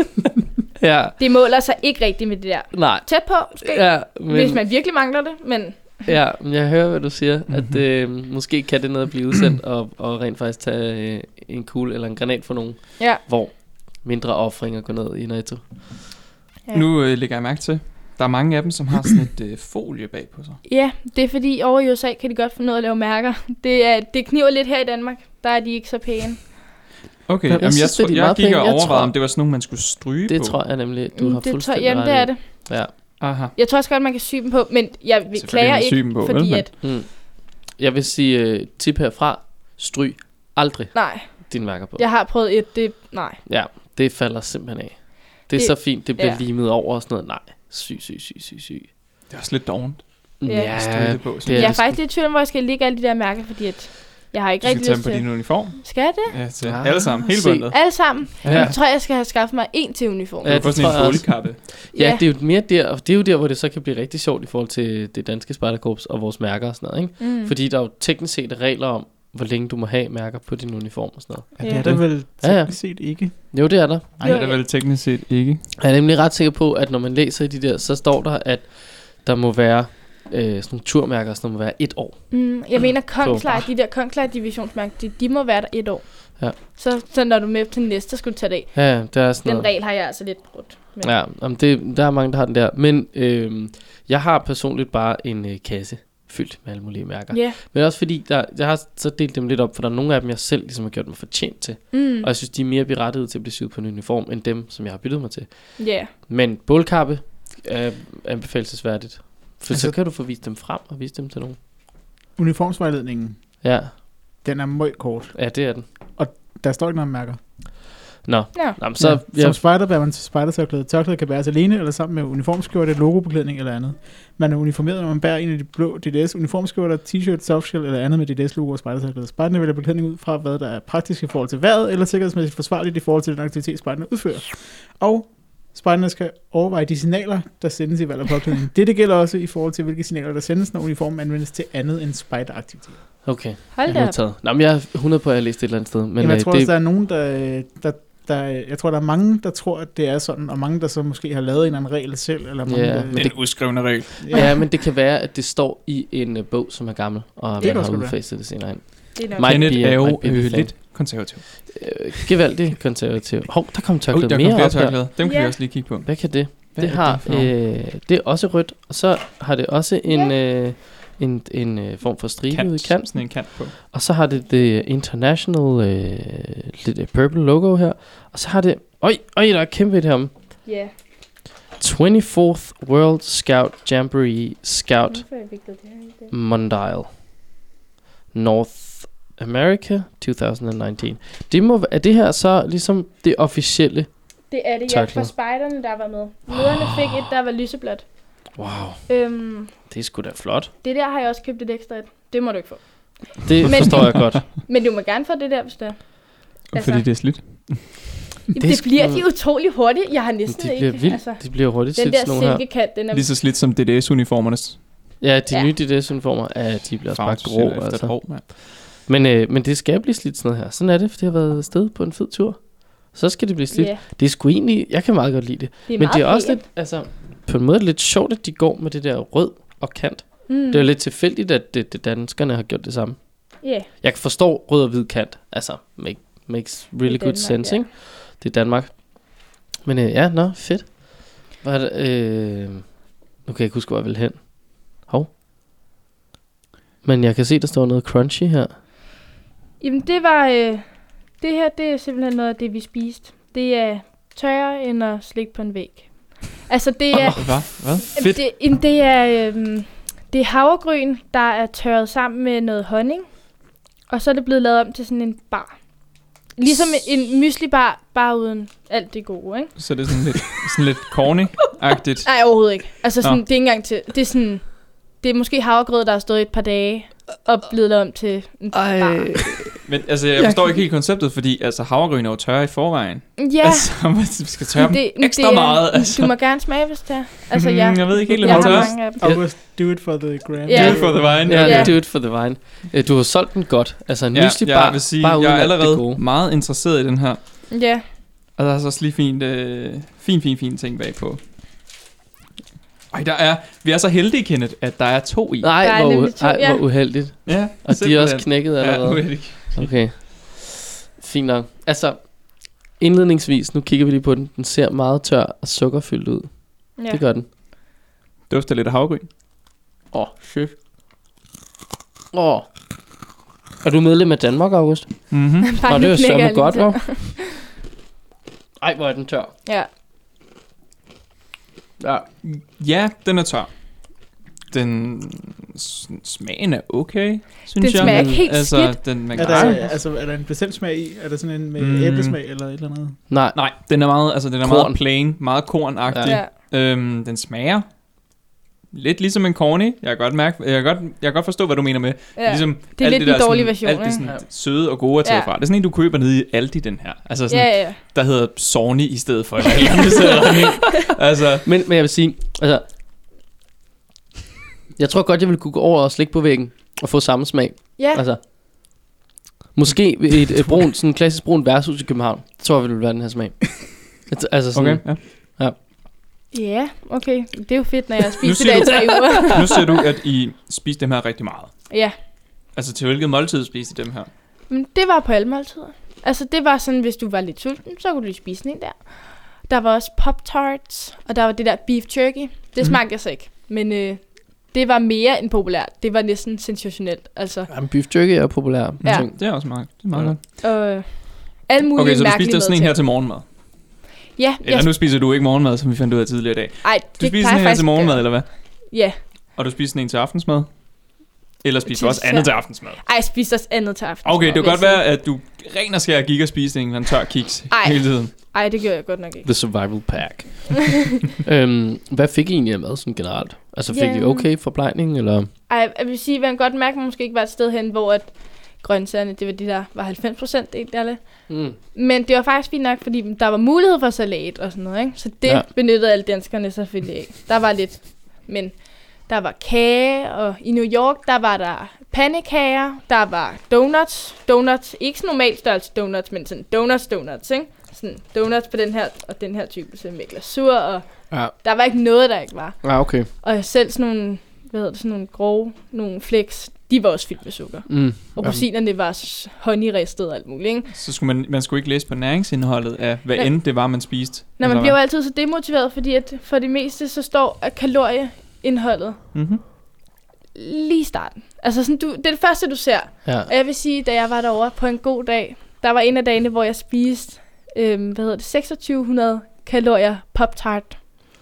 Ja, Det måler sig ikke rigtigt med det der. nej. Tæt på, måske, Ja, men... hvis men, man virkelig mangler det, men... ja, men jeg hører, hvad du siger, Mhm. at øh, måske kan det noget at blive udsendt og, og rent faktisk tage øh, en kugle eller en granat for nogen, Ja. hvor mindre offringer går ned i NATO. Ja. Nu øh, lægger jeg mærke til, der er mange af dem, som har sådan et øh, folie bag på sig. Ja, det er fordi over i U S A kan de godt finde ud af at lave mærker. Det, er, det kniver lidt her i Danmark. Der er de ikke så pæne. Okay, Jeg jamen, jeg, synes, det er tror, de jeg meget gik og pæne. Jeg overvejede, tror- om det var sådan nogle, man skulle stryge Det på. tror jeg nemlig, du Mm, har det tror, fuldstændig jamen, det ret er i. det. Ja. Aha. Jeg tror også godt, man kan sy dem på, men jeg Selvfølgelig klager kan man sy ikke, dem på, fordi vel, at... Mm. Jeg vil sige uh, tip herfra, stryg aldrig Nej, dine mærker på. jeg har prøvet et, det... Nej. Ja, det falder simpelthen af. Det er Det- så fint, det bliver ja. limet over og sådan noget. Nej, syg, syg, syg, syg, syg. Det er også lidt dovent. Ja. at stryge det på. det Det er Jeg er det faktisk lidt i tvivl om, hvor jeg skal ligge alle de der mærker, fordi at jeg har ikke du skal rigtig tage dem lyst på til... din uniform. Skal jeg det? Ja, til Ah, alle sammen. Hele se. bundet. Alle sammen? Ja. Jeg tror, jeg skal have skaffet mig en til uniform. Du Ja, kan få det sådan tror en jeg også. foliekappe. Ja, det er jo mere der, og det er jo der, hvor det så kan blive rigtig sjovt i forhold til det danske spejderkorps og vores mærker og sådan noget, ikke? Mm. Fordi der er jo teknisk set regler om, hvor længe du må have mærker på din uniform og sådan noget. Ja, det er Ja. der vel Ja, ja. teknisk set ikke. Jo, det er der. Nej, det er vel teknisk set ikke. Jeg er nemlig ret sikker på, at når man læser i de der, så står der, at der må være øh, sådan nogle turmærker, som må være et år. Mm, jeg mener, Så- Kongsleje, de der Kongsleje divisionsmærker, de, de må være der et år. Ja. Så, så når du er med til næste, skal du tage det af. Ja, ja, der er sådan Den noget. regel har jeg altså lidt brudt. Men Ja, om det, der er mange, der har den der. Men øh, jeg har personligt bare en øh, kasse fyldt med alle mulige mærker. Ja. Men også fordi, der, jeg har så delt dem lidt op, for der er nogle af dem, jeg selv ligesom har gjort mig fortjent til. Mm. Og jeg synes, de er mere berettiget til at blive syet på en uniform, end dem, som jeg har byttet mig til. Ja. Men bålkappe er anbefalesværdigt. For altså, Altså- så kan du få vist dem frem og vise dem til nogen. Uniformsvejledningen, Ja, den er meget kort. ja det er den. Der står ikke noget om mærker. Nå, Ja. Nå men Så så... ja, Ja, som spejder bærer man til spejdertørklæde. Tørklædet kan bæres alene eller sammen med uniformskjorte, logobeklædning eller andet. Man er uniformeret, når man bærer en af de blå D D S uniformskjorter, t-shirt, softshell eller andet med D D S-logo og spejdertørklæde. Spejderne vælger beklædning ud fra, hvad der er praktisk i forhold til vejret eller sikkerhedsmæssigt forsvarligt i forhold til den aktivitet, spejderne udfører. Og spejderne skal overveje de signaler, der sendes i valg af påklædning. Dette gælder også i forhold til, hvilke signaler, der sendes, når uniformen anvendes til andet end spejderaktivitet. okay, Hold da op. modtaget. Nå, men jeg er hundrede på, at jeg har læst et eller andet sted. Men Men jeg øh, tror det, også, der er nogen, der, der, der... Jeg tror, der er mange, der tror, at det er sådan, og mange, der så måske har lavet en eller anden regel selv, eller mange, Ja, der, men Det er en udskrivende regel. ja, men det kan være, at det står i en uh, bog, som er gammel, og Det kan man også har godt være. udfaset det senere hen. Det er nok. Might Kenneth be- er jo might be a øh, thing. lidt konservativ. Øh, gevaldig konservativ. Hov, der kom Ui, tørklæde der kom mere flere op der. tørklæder. Dem kan Ja. vi også lige kigge på. Hvad kan det? Hvad det er har, for nogle? øh, det er også rødt, og så har det også en, øh, en, en øh, form for stribe Kant. ude i kanten. Sådan en kant på. Og så har det det international øh, lidt øh, purple logo her. Og så har det, øj, øj, der er kæmpe et herom. Ja. twenty-fourth World Scout Jamboree Scout Hvorfor er jeg vigtigt det her? Det- Mondial North America twenty nineteen. Det må, er det her så ligesom det officielle? Det er det, ja, Tørklæde. for spejderne, der var med. Lederne fik et, der var lyseblåt. Wow, Øhm, det er sgu da flot. det der har jeg også købt et ekstra et. Det må du ikke få. Det Men- forstår jeg godt. Men du må gerne få det der, hvis det er. Altså, Fordi det er slidt. det, det det er bliver sgu- de utrolig hurtigt. Jeg har næsten Det bliver ikke. vildt. Altså, Det bliver hurtigt den til der sådan nogle her. silkekant, den er... Lige så slidt som D D S-uniformernes Ja, de Ja. nye D D S-uniformer, ja, de bliver også bare grå. efter et Altså. år, mand. Men, øh, men det skal blive slidt sådan noget her. Sådan er det, for det har været afsted på en fed tur. Så skal det blive slidt. Ja, Det er sgu egentlig, jeg kan meget godt lide det. det er Men meget det er også pænt. lidt, altså, på en måde lidt sjovt, at de går med det der rød og kant. Mm. Det er lidt tilfældigt, at det, det danskerne har gjort det samme. Yeah. Jeg kan forstå rød og hvid kant. Altså, make, makes really Det er good Danmark, sense, ja. ikke? Det er Danmark. Men øh, ja, nå, fedt. Hvad er det? Øh, nu kan jeg ikke huske, hvor jeg vil hen. Hov. Men jeg kan se, der står noget crunchy her. Jamen, det var... Øh, det her, det er simpelthen noget af det, vi spiste. Det er tørre end at slikke på en væg. Altså, det er... Hvad? Hvad? Fedt. Det, jamen, det er... Øhm, det er havregryn, der er tørret sammen med noget honning. Og så er det blevet lavet om til sådan en bar. Ligesom en mysli-bar, bare uden alt det gode, ikke? Så det er sådan lidt, sådan lidt corny-agtigt. Nej, overhovedet ikke. Altså, sådan, Nå. det er ikke engang til... Det er sådan... Det er måske havregrød, der har stået et par dage og blevet lavet om til en bar. Men altså, jeg forstår ikke helt konceptet, fordi altså, havregryn er jo tørre i forvejen. Ja, Altså, vi skal tørre dem det, ekstra det er, meget. Altså. Du må gerne smage, hvis det er. Altså, Mm, jeg, jeg ved ikke helt, om jeg jeg har tør. mange af dem. August, do it for the gram. Ja. Do it for the wine. Ja, okay. yeah. do it for the wine. Øh, Du har solgt den godt. Altså en Ja, mysli jeg bar, vil sige, bare uden jeg er alt det allerede gode. meget interesseret i den her. Ja, Og der er så også lige fint, øh, fin, fin, fin ting bagpå. Ej, der er, vi er så heldige, Kenneth, at der er to i. Nej, Der er hvor, nemlig u- to, ej, ja. hvor uheldigt. Ja, Og de er også knækket Ja, allerede. uheldigt. Okay. Fint nok. Altså, indledningsvis, nu kigger vi lige på den. Den ser meget tør og sukkerfyldt ud. ja. Det gør den. Dufter lidt af havregryn. Åh, oh, shit. Åh. Oh. Er du medlem af Danmark, August? Mm-hmm. Bare Nå, det nu er knækker sørme jeg godt, lige hva'? Ej, hvor er den tør. til. Ja. Ja. Ja, den er tør. Den s- smagen er okay, synes Den jeg. smager Men ikke helt altså, skidt. Den, man Er kan der, sagtens- altså, er der en bestemt smag i? Er der sådan en med Mm. mm. æblesmag eller et eller andet? Nej. Nej, den er meget, altså, den er Korn. meget plain, meget kornagtig. Ja. Øhm, den smager lidt ligesom en corny. Jeg kan godt mærke, jeg kan godt, jeg kan godt forstå, hvad du mener med. Ja. Ligesom Det er alt lidt den der dårlige sådan, version, alt det ikke? sådan Ja. søde og gode er taget Ja. fra. Det er sådan en, du køber nede i Aldi, den her. Altså sådan, Ja, ja. der hedder Sony i stedet for et eller andet sted, ikke? Altså, Men, men jeg vil sige, altså... Jeg tror godt, jeg ville kunne gå over og slikke på væggen og få samme smag. Ja, Altså, måske et, et brun, sådan en klassisk brun værtshus i København. Det tror jeg ville være den her smag. Et- Altså sådan, okay. Ja. ja, okay. Det er jo fedt, når jeg har Nu spist det siger der i du- tre uger. Nu ser du, at I spiser dem her rigtig meget. Ja, Altså, til hvilket måltid spiser I dem her? men det var på alle måltider. Altså, det var sådan, hvis du var lidt sulten, så kunne du lige spise en der. Der var også Pop-Tarts, og der var det der beef jerky. Det smagte jeg så ikke, men øh, det var mere end populært. Det var næsten sensationelt, altså. Jamen, beef jerky er populær. Ja. ting. Det er også meget, det er meget Ja. godt. Og øh, alle mulige Okay, så du mærkelige spiser sådan en madting. her til morgenmad? Ja, Eller jeg, nu spiser du ikke morgenmad, som vi fandt ud af tidligere i dag. ej, Du det spiser plejer sådan en her faktisk til morgenmad, at eller hvad? gøre. Ja, Og du spiser sådan en til aftensmad? Eller spiser Til du også andet dessert. til aftensmad? ej, jeg spiste også andet til aften. Okay, det kan godt være, at du ren og skær gik og spiste en eller anden tør kiks Ej. hele tiden. Ej, det gjorde jeg godt nok ikke. The survival pack. øhm, hvad fik I egentlig af mad sådan generelt? Altså fik I Jamen- okay forplejning, eller? Ej, jeg vil sige, at man kan godt mærke, at man måske ikke var et sted hen, hvor at grøntsagerne, det var de der, var halvfems procent egentlig alle. Mm. Men det var faktisk fint nok, fordi der var mulighed for salat og sådan noget, ikke? Så det Ja. ja. benyttede alle danskerne selvfølgelig ikke. Der var lidt, men der var kage, og i New York, der var der pandekager, der var donuts. Donuts, ikke sådan normal størrelse donuts, men sådan donuts, donuts, ikke? Sådan donuts på den her, og den her type, så med glasur, og Ja. der var ikke noget, der ikke var. Ja, okay. Og selv sådan nogle, hvad hedder det, sådan nogle grove, nogle flakes, de var også fyldt med sukker. Mm. Og rosinerne var s- honeyristet og alt muligt, ikke? Så skulle man, man skulle ikke læse på næringsindholdet af, hvad Nej. end det var, man spiste. Når man bliver jo altid så demotiveret, fordi at for det meste, så står at kalorieindholdet Mm-hmm. lige i starten. Altså sådan, du, det er det første, du ser. Ja. Og jeg vil sige, da jeg var derovre på en god dag, der var en af dagene, hvor jeg spiste, øhm, hvad hedder det, seksogtyve hundrede kalorier Pop-Tart.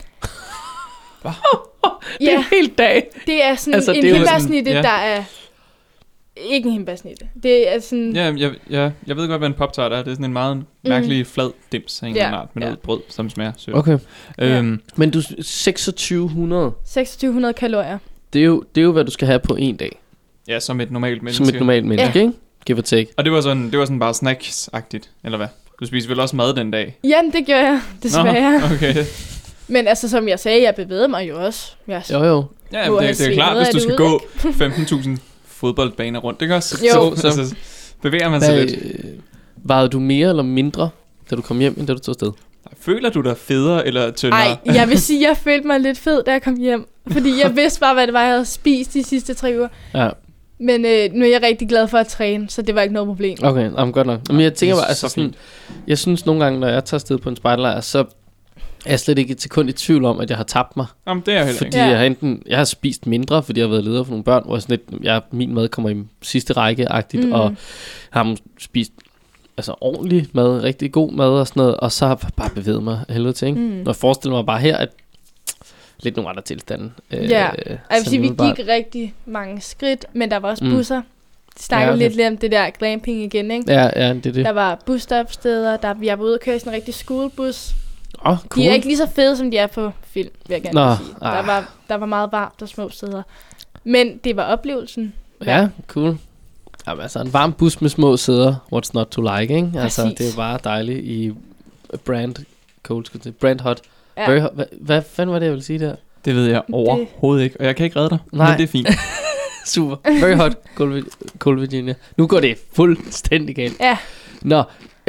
Hva? Det er Ja, en hel dag. det er sådan Altså, altså, en det er jo hindbærsnitte, sådan- ja. der er ikke en hindbærsnitte. Det er sådan, Ja, jeg, jeg, jeg ved godt, hvad en pop-tart er. Det er sådan en meget mærkelig flad dims af en Ja, eller anden art med ja. noget brød, som smager sødt. Okay. Øhm, Men du, seksogtyve hundrede, seksogtyve hundrede kalorier. det er, jo, det er jo, hvad du skal have på en dag. ja, som et normalt menneske. Som et normalt menneske, ikke? Give or take. Og det var sådan, det var sådan bare snacks-agtigt, eller hvad? Du spiser vel også mad den dag? Jamen, det gjorde jeg, desværre. Nå, okay. Men altså, som jeg sagde, jeg bevægede mig jo også. Jeg Jo, jo. Ja, Må men have det, det er svedt klart, noget hvis af du det skal ud, gå femten tusind fodboldbaner rundt, ikke også? Jo. Så, så, så bevæger man sig Hvad, lidt. øh, vejede du mere eller mindre, da du kom hjem, end da du tog afsted? Nej, Føler du dig federe eller tyndere? Ej, jeg vil sige, at jeg følte mig lidt fed, da jeg kom hjem. Fordi jeg vidste bare, hvad det var, jeg havde spist de sidste tre uger. Ja. Men øh, nu er jeg rigtig glad for at træne, så det var ikke noget problem. Okay, jamen, godt nok. Men jeg tænker Det er bare, altså så sådan, fint. jeg synes nogle gange, når jeg tager afsted på en spejderlejr, så er jeg slet ikke et sekund i tvivl om, at jeg har tabt mig. Jamen, det er jeg heller Fordi ikke. Ja. jeg har enten, jeg har spist mindre, fordi jeg har været leder for nogle børn, hvor jeg sådan lidt, jeg, min mad kommer i sidste række-agtigt, Mm. og har spist altså ordentlig mad, rigtig god mad og sådan noget, og så har jeg bare bevæget mig af helvede til, ikke? Mm. Når jeg forestiller mig bare her, at lidt nogle andre tilstande. Øh, Ja. øh, Jeg vil sige, vi umiddelbart. gik rigtig mange skridt, men der var også Mm. busser. De snakkede Ja, ja, okay. lidt lidt om det der glamping igen, ikke? Ja, ja, det er det. Der var busstopsteder, der jeg var ude og køre i sådan en rigtig schoolbus. Åh, oh, cool. De er ikke lige så fede, som de er på film, vil jeg gerne Nå, sige. Der ah. var, der var meget varmt og små steder. Men det var oplevelsen. Ja, cool. Jamen, altså en varm bus med små sæder, what's not to like, ikke? Altså, Præcis. det er bare dejligt i brand cold, skulle jeg sige. Brand hot. Ja. Very hot. Hvad, hvad fanden var det, jeg ville sige der? Det ved jeg overhovedet ikke, og jeg kan ikke redde dig. Nej. Men det er fint. Super. Very hot. Cold, cold Virginia. Nu går det fuldstændig galt. Ja. Nå,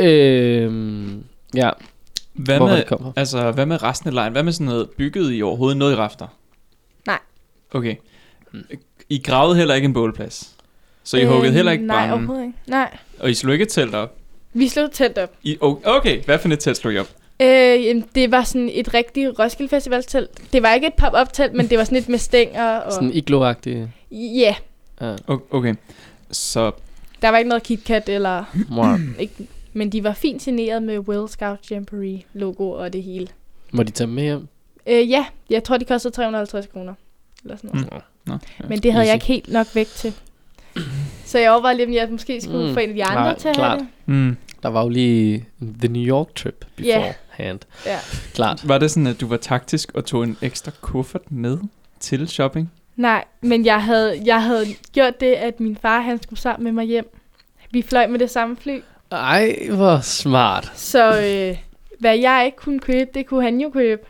øhm, ja. Hvad Hvor var med, det kommer? altså, hvad med resten af lejen? Hvad med sådan noget bygget i overhovedet noget i rafter? Nej. Okay. I gravede heller ikke en bålplads. Så I huggede heller ikke Nej, branden. overhovedet ikke. Nej. Og I slog ikke et telt op. Vi slog telt op. I, okay, hvad for et telt slog I op? Øh, jamen, det var sådan et rigtigt Roskilde Festival telt. Det var ikke et pop-up telt, men det var sådan et med stænger. Og Sådan iglo-agtig. ja, Ja. O- Okay, så der var ikke noget KitKat eller Wow. ikke, men de var fint signeret med Will Scout Jamboree logo og det hele. Må de tage med hjem? Øh, ja, jeg tror de kostede tre hundrede og halvtreds kroner eller sådan noget. Mm. Nå, ja. Men det havde jeg Easy. ikke helt nok vægt til. Så jeg overvejede lidt, om jeg måske skulle Mm, få en af de andre nej, til at klart. have det. Mm. Der var jo lige The New York trip beforehand. Ja. Klart. Var det sådan, at du var taktisk og tog en ekstra kuffert med til shopping? Nej, men jeg havde, jeg havde gjort det, at min far han skulle sammen med mig hjem. Vi fløj med det samme fly. Ej, hvor smart. Så øh, hvad jeg ikke kunne købe, det kunne han jo købe.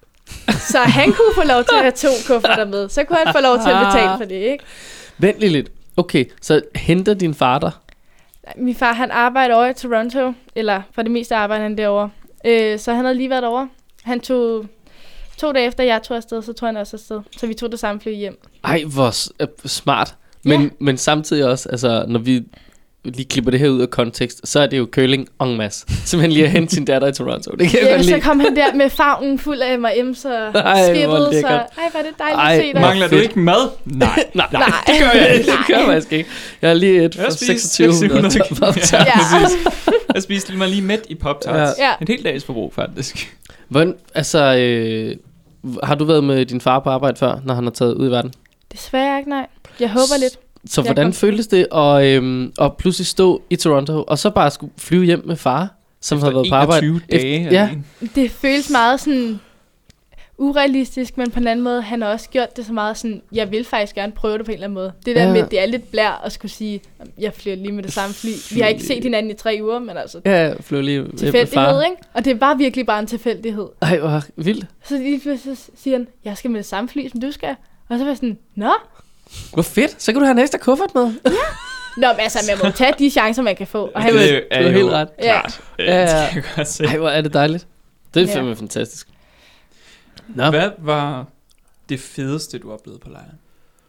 Så han kunne få lov til at have to kufferter med. Så kunne han få lov til at betale for det, ikke? Vent lige lidt. Okay, så henter din far dig? Min far, han arbejder over i Toronto. Eller for det meste arbejder han derovre. Øh, så han havde lige været derovre. Han tog... To dage efter jeg tog afsted, så tog han også afsted. Så vi tog det samme fly hjem. Ej, hvor s- øh, smart. Men, Ja. men samtidig også, altså, når vi lige klipper det her ud af kontekst, så er det jo curling en masse. Simpelthen lige at hente sin datter i Toronto. Det kan jeg Ja, godt så lide. kom han der med favnen fuld af M og M's og Ej, hvor skippet. Så lækkert. ej, var det dejligt Ej, at se dig. Mangler du fedt. ikke mad? Nej. Nej, Nej. det gør jeg ikke. Det gør jeg faktisk ikke. Jeg har lige et Jeg for spiste seksogtyve hundrede seks hundrede. top- Ja, Ja. præcis. Jeg spiste mig lige midt i Pop-Tarts. Ja. En hel dags forbrug, faktisk. Hvordan, altså, øh, har du været med din far på arbejde før, når han har taget ud i verden? Desværre ikke, nej. Jeg håber lidt. Så Jeg hvordan kom- føltes det at, øhm, at pludselig stå i Toronto, og så bare skulle flyve hjem med far, som havde været på arbejde? enogtyve dage. Efter- ja. alene. Det føles meget sådan urealistisk, men på en anden måde, han har også gjort det så meget sådan, jeg vil faktisk gerne prøve det på en eller anden måde. Det der Ja. med, det er lidt blær at skulle sige, jeg flyver lige med det samme fly. Vi har ikke set hinanden i tre uger, men altså Ja, jeg flyver lige hjem med tilfældighed, far. ikke? Og det var virkelig bare en tilfældighed. Ej, hvor vildt. Så lige pludselig siger han, jeg skal med det samme fly, som du skal. Og så var jeg sådan, nå? Hvor fedt. Så kan du have en ekstra kuffert med. Nå, men altså, man må tage de chancer, man kan få. Og han, Det er du har jo helt ret. klart. Ja. Ja, Ja, ja. det kan jeg godt se. Ej, hvor er det dejligt. Det er Ja. fandme fantastisk. Nå. Hvad var det fedeste, du oplevede på lejren?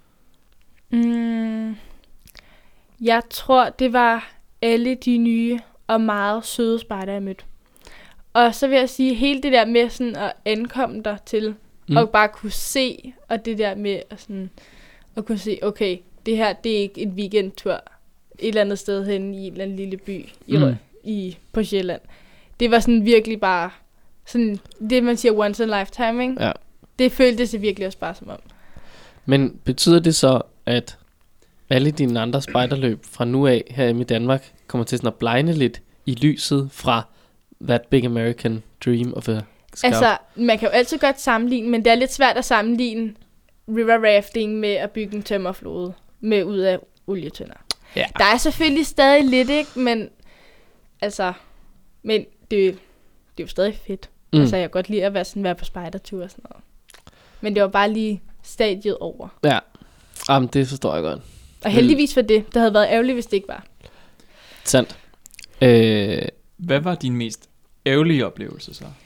Mm, jeg tror, det var alle de nye og meget søde spejder, jeg mødte. Og så vil jeg sige, hele det der med sådan at ankomme der til, Mm. mm. og bare kunne se, og det der med at, sådan, at kunne se, okay, det her, det er ikke en weekendtur et eller andet sted hen i en eller anden lille by i, Mm. mm. i, på Sjælland. Det var sådan virkelig bare, sådan, det man siger once in a lifetime, ikke? Ja. Det føltes det virkelig også bare som om. Men betyder det så, at alle dine andre spejderløb fra nu af her i Danmark kommer til sådan at blegne lidt i lyset fra That Big American Dream of a Scout? Altså, man kan jo altid godt sammenligne, men det er lidt svært at sammenligne river rafting med at bygge en tømmerflåde med ud af olietønder. Ja. Der er selvfølgelig stadig lidt, ikke? Men altså, men det, det er jo stadig fedt. Mm. Mm. Altså, jeg kan godt lide at være, sådan, være på spejdertur og sådan noget. Men det var bare lige stadiet over. Ja, jamen, det forstår jeg godt. Og heldigvis for det. Det havde været ærgerligt, hvis det ikke var. Sandt. Øh, Hvad var din mest ærgerlige oplevelse så?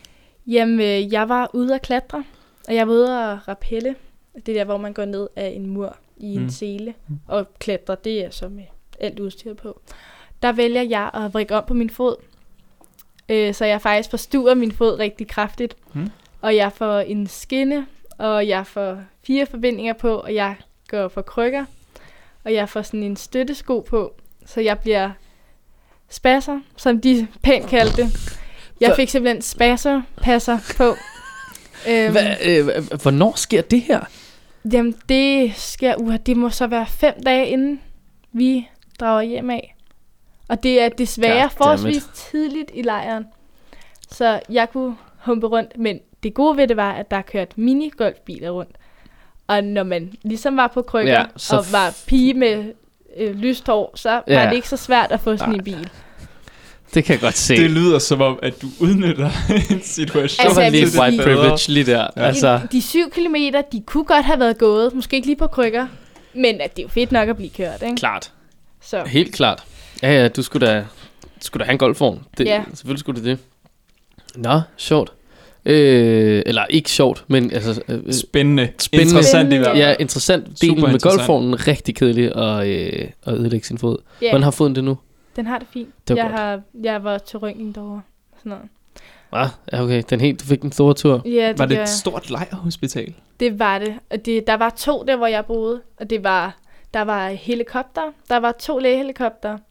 Jamen, øh, jeg var ude at klatre, og jeg var ude at rappelle. Det der, hvor man går ned af en mur i en Mm. sele og klatrer. Det er så med alt udstyr på. Der vælger jeg at vrikke om på min fod. Øh, så jeg faktisk forstuer min fod rigtig kraftigt. Mm. Og jeg får en skinne, og jeg får fire forbindinger på, og jeg går for krykker. Og jeg får sådan en støttesko på, så jeg bliver spasser, som de pænt kaldte det. Jeg fik simpelthen spasserpasser på. øhm, Hva, øh, hvornår sker det her? Jamen, det sker, uh, det må så være fem dage inden vi drager hjem af. Og det er desværre Goddammit. forholdsvis tidligt i lejren. Så jeg kunne humpe rundt, men det gode ved det var, at der kørte minigolfbiler rundt. Og når man ligesom var på krykker, Ja, ja, så og var pige med øh, lyst hår, så var Ja. det ikke så svært at få sådan Nej. en bil. Det kan jeg godt se. Det lyder som om, at du udnytter en situation. Det Altså, var jeg lige vil et white sige- privilege lige der. Ja. Altså, De, de syv kilometer, de kunne godt have været gået, måske ikke lige på krykker, men at det er jo fedt nok at blive kørt, ikke? klart. Så Helt klart. Ja, ja, du skulle da, du skulle da have en golfvogn. Det, Ja. Selvfølgelig skulle du det. Nå, sjovt. Øh, eller ikke sjovt, men altså... Øh, Spændende. Spændende. Interessant i hvert fald. ja, interessant. Delen Super med interessant. golfvognen, rigtig kedelig at, øh, at ødelægge sin fod. ja, Hvordan har foden det nu? den har det fint. Det var jeg, godt. har, jeg var til røntgen derovre. Sådan noget. Ah, ja, okay. Den helt, du fik en stor tur. Ja, det, Var det gør- et stort lejrhospital? det var det. Og det. Der var to der, hvor jeg boede. Og det var, der var helikopter. Der var to lægehelikopter. Øhm,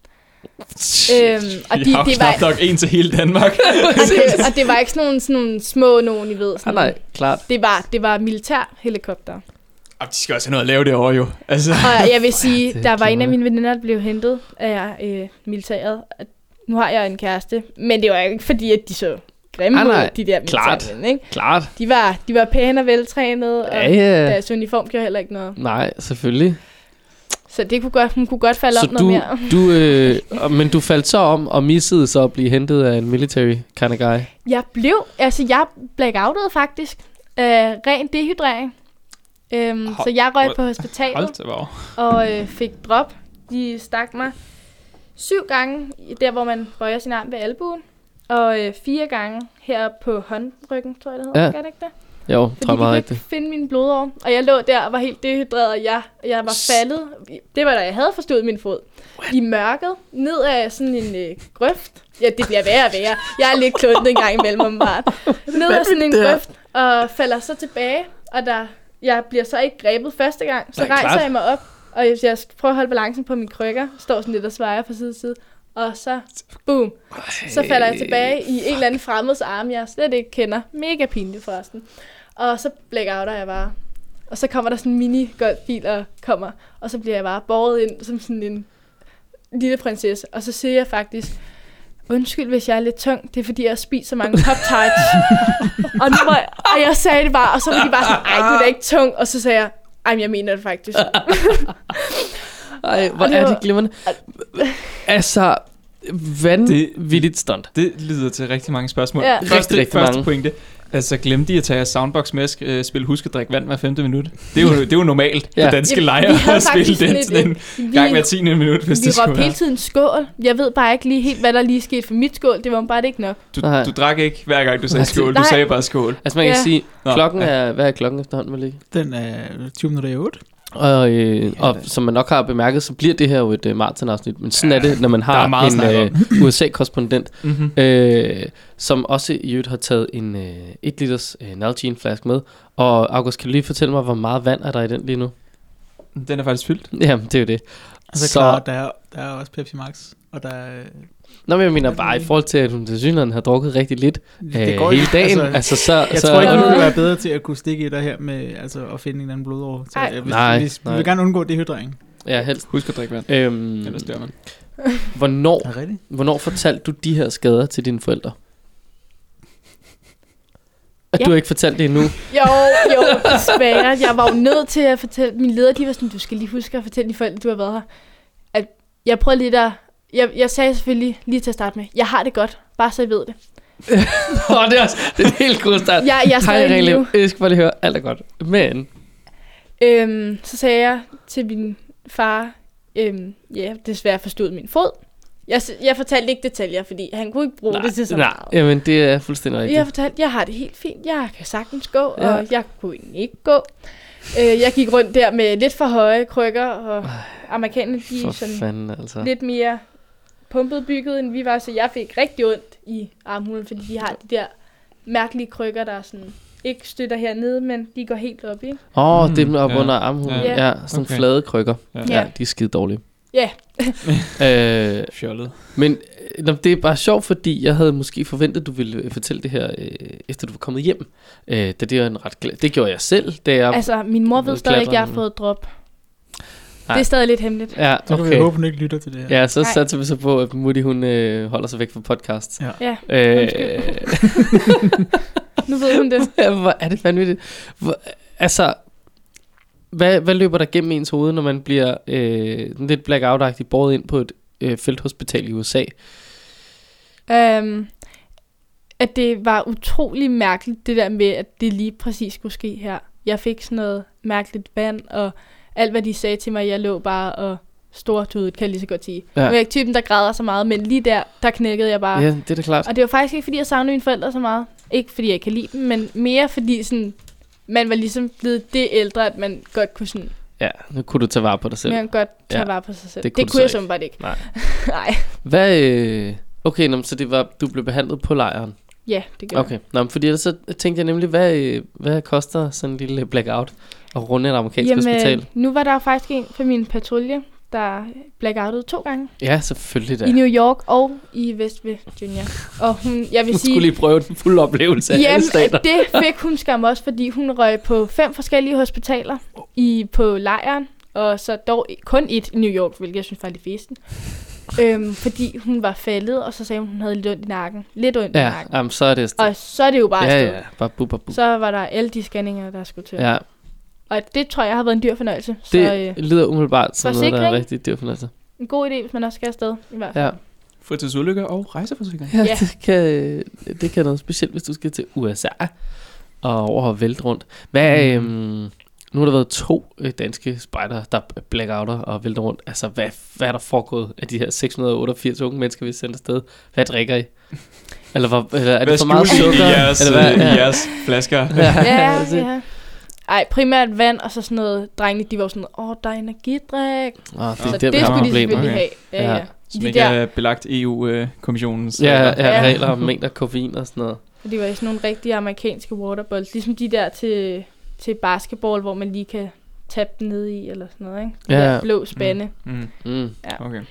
og Vi de, har jo det var, knap nok en til hele Danmark. og, det, og det var ikke sådan nogle, sådan nogle små nogen, I ved. Ah, Sådan, nej, klart. det var, det var militær helikopter. Og de skal også have noget at lave derovre jo. Altså. Og jeg vil sige, det der var en af glemmer mine veninder, der blev hentet af øh, militæret. Nu har jeg en kæreste, men det var ikke fordi, at de så grimme Ah, ud, nej. de der Klart. militærmænd, ikke? Klart. De var, de var pæne og veltrænede, og Ja, ja. deres uniform gjorde heller ikke noget. Nej, selvfølgelig. Så det kunne godt, hun kunne godt falde Så om du, noget mere. du, øh, og- men du faldt så om og missede så at blive hentet af en military kind of guy. Jeg blev, altså jeg blackoutede faktisk af ren dehydrering. Øhm, Hold- så jeg røg hold- på hospitalet Hold da hvor. og øh, fik drop. De stak mig syv gange, i- der hvor man bøjer sin arm ved albuen. Og øh, fire gange her på håndryggen, tror jeg det hedder. Ja. Gør det ikke det? Jo, tror Fordi jeg de meget kunne rigtigt. ikke finde mine blodår. Og jeg lå der og var helt dehydreret, og jeg, jeg var faldet. Det var da jeg havde forstået min fod. I mørket, ned ad sådan en øh, grøft. Ja, det bliver værre og værre. Jeg er lidt kluntet en gang imellem om meget. Ned ad sådan en grøft, og falder så tilbage. Og der, jeg bliver så ikke grebet første gang. Så Nej, rejser klart. jeg mig op, og jeg, jeg prøver at holde balancen på mine krykker. Står sådan lidt og svejer fra side til side. Og så, boom, så falder jeg tilbage i en eller anden fremmeds arm, jeg slet ikke kender. Mega pinligt forresten. Og så blackouter jeg bare. Og så kommer der sådan en mini-golfbil og kommer. Og så bliver jeg bare båret ind som sådan en lille prinsesse. Og så siger jeg faktisk, undskyld, hvis jeg er lidt tung. Det er fordi, jeg har spist så mange Pop-Tarts. og, nu var jeg, og jeg sagde det bare, og så var de bare sådan, ej, du er da ikke tung. Og så sagde jeg, ej, men jeg mener det faktisk. Ej, hvor Og det er var- det glimrende. Altså, vanvittigt stunt. Det lyder til rigtig mange spørgsmål. Ja. Første, Rigtig, rigtig første mange. pointe. Altså, glemte de at tage jeres soundbox med at øh, spille Husk at drikke vand hver femte minut? Det er jo, det er jo normalt Ja. på danske Ja, lejre vi havde at spille faktisk den sådan sådan en et- gang vi- hver tiende minut, hvis Vi det skulle råbte hele være. tiden skål. Jeg ved bare ikke lige helt, hvad der lige skete for mit skål. Det var bare ikke nok. Du, Nej. du drak ikke hver gang, du sagde Nej, skål. Du nej. sagde bare skål. Altså man kan Ja. sige, Nå, klokken ja. er, hvad er klokken efterhånden, vel ikke? Den er tyve minutter i otte. Og, øh, Ja, og da. som man nok har bemærket, så bliver det her jo et uh, maratonafsnit. Men sådan Ja, er det, når man der er meget at har snakke en uh, U S A-korrespondent, Mm-hmm. øh, som også i øvrigt har taget en uh, et liters uh, Nalgene-flaske med. Og August, kan du lige fortælle mig, hvor meget vand er der i den lige nu? Den er faktisk fyldt. Jamen, det er jo det. Altså Så- så klart, der er, der er også Pepsi Max, og der er... Nå, men jeg mener Ja, bare, i det- forhold til, at hun til synligheden har drukket rigtig lidt øh, det går hele ikke. dagen. Altså, Altså, så, jeg så, tror ikke, du Øh. vil være bedre til at kunne stikke i dig her med altså, at finde en eller anden blodår. Så, Ej. øh, hvis, Nej, hvis, vi nej. vil gerne undgå dehydrering. Ja, helst. Husk at drikke vand. Øhm, Ellers dør man. hvornår, Er det rigtigt? hvornår fortalte du de her skader til dine forældre? At Ja. du har ikke fortalt det endnu. Jo, jo, desværre. Jeg var jo nødt til at fortælle, min leder, de var sådan, du skal lige huske at fortælle dine forældre, du har været her. At jeg prøvede lige der, jeg, jeg sagde selvfølgelig lige til at starte med, jeg har det godt, bare så I ved det. Åh, det er også det er en helt god start. Jeg, jeg er Hej, stadig i live. Relem. Jeg skal bare lige høre, alt er godt. Men, Øhm, så sagde jeg til min far, øhm, ja, desværre forstod min fod. Jeg, jeg fortalte ikke detaljer, fordi han kunne ikke bruge Nej, det til så nej, meget. jamen det er fuldstændig rigtigt. Jeg fortalte, jeg har det helt fint. Jeg kan sagtens gå, Ja. og jeg kunne egentlig ikke gå. Øh, jeg gik rundt der med lidt for høje krykker, og amerikanerne de For er sådan fanden, altså. lidt mere pumpet bygget, end vi var, så jeg fik rigtig ondt i armhulen, fordi de har de der mærkelige krykker, der sådan ikke støtter hernede, men de går helt op, ikke? Åh, oh, Mm, dem op ja. under armhulen. Ja. Ja, ja sådan Okay. flade krykker. Ja. Ja, Ja. de er skide dårlige. Ja, øh, Fjollet. men øh, nå, det er bare sjovt, fordi jeg havde måske forventet, at du ville øh, fortælle det her, øh, efter du var kommet hjem. Øh, da det, er en ret glad. Det gjorde jeg selv, da jeg... altså min mor ved Ved stadig ikke, at jeg har klatreren. fået drop. Nej. Det er stadig lidt hemmeligt. Ja, Så kan vi okay. håbe, hun ikke lytter til det her. Ja, så Nej. satser vi så på, at Mutti, hun øh, holder sig væk fra podcasts. Ja. Ja, Øh, nu ved hun det. Hvor er det vanvittigt. Hvor, altså, hvad, hvad løber der gennem ens hoved, når man bliver øh, lidt blackout-agtigt båret ind på et øh, felthospital i U S A? Um, at det var utrolig mærkeligt, det der med, at det lige præcis skulle ske her. Jeg fik sådan noget mærkeligt vand, og alt, hvad de sagde til mig, jeg lå bare og stortudet, kan jeg lige så godt sige. Ja. Ja. Jeg er ikke typen, der græder så meget, men lige der, der knækkede jeg bare. Ja, det er da klart. Og det var faktisk ikke, fordi jeg savnede mine forældre så meget. Ikke fordi jeg ikke kan lide dem, men mere fordi sådan, man var ligesom blevet det ældre, at man godt kunne sådan, Ja, nu kunne du tage vare på dig selv. man godt tage Ja. vare på sig selv. Det Det kunne kunne, du det kunne så jeg simpelthen ikke. Nej. Nej. Hvad, øh, okay, nå, men så det var, du blev behandlet på lejren. Ja, det gør Okay, nå, men fordi ellers så tænkte jeg nemlig, hvad, øh, hvad koster sådan en lille blackout at runde et amerikansk Jamen, hospital? nu var der jo faktisk en fra min patrulje, der blackoutede to gange. Ja, selvfølgelig da. I New York og i West Virginia. Og hun, jeg vil Hun sige... skulle lige prøve den fulde oplevelse af alle Jamen, stater. det fik hun skam også, fordi hun røg på fem forskellige hospitaler i, på lejren, og så dog kun et i New York, hvilket jeg synes var lidt festen. Øhm, fordi hun var faldet, og så sagde hun, hun havde lidt ondt i nakken. Lidt ondt i Ja, nakken. jamen, så er det... Og så er det jo bare ja, afsted. ja, bare bu, bare bu. Så var der alle de scanninger, der skulle til. Ja, Og det tror jeg har været en dyr fornøjelse. Så det øh, lyder umiddelbart som noget, der er forsikring. rigtig dyr fornøjelse. en god idé, hvis man også skal afsted. I hvert fald. Ja, Fritidsulykker og rejseforsikring. ja, Ja. Det, kan, det kan noget specielt, hvis du skal til U S A og over og vælte rundt. Hvad, Mm. øhm, nu har der været to øh, danske spejdere, der blackouter og vælter rundt. Altså, hvad, hvad er der foregået af de her seks hundrede otteogfirs unge mennesker, vi sender afsted? Hvad drikker I? Eller, hvor, eller er det Hvad for meget skjulte I sukker? i jeres, eller hvad? øh, i Ja. jeres flasker? Ja, Ja, altså, ja. Ej, primært vand, og så sådan noget. Drengene, de var jo sådan, åh, der er energidrik. Åh, det Så er det, der, vi det har skulle de problemer. selvfølgelig Okay. have. Ja, Ja. ja. Som De ikke der, er belagt E U-kommissionens Ja, regler. ja, Ja. regler om mængder koffein og sådan noget. de var i sådan nogle rigtige amerikanske waterballs. Ligesom de der til, til basketball, hvor man lige kan tabe den ned i, eller sådan noget, ikke? De Ja. der blå spande. Mm. Mm. Ja. Okay.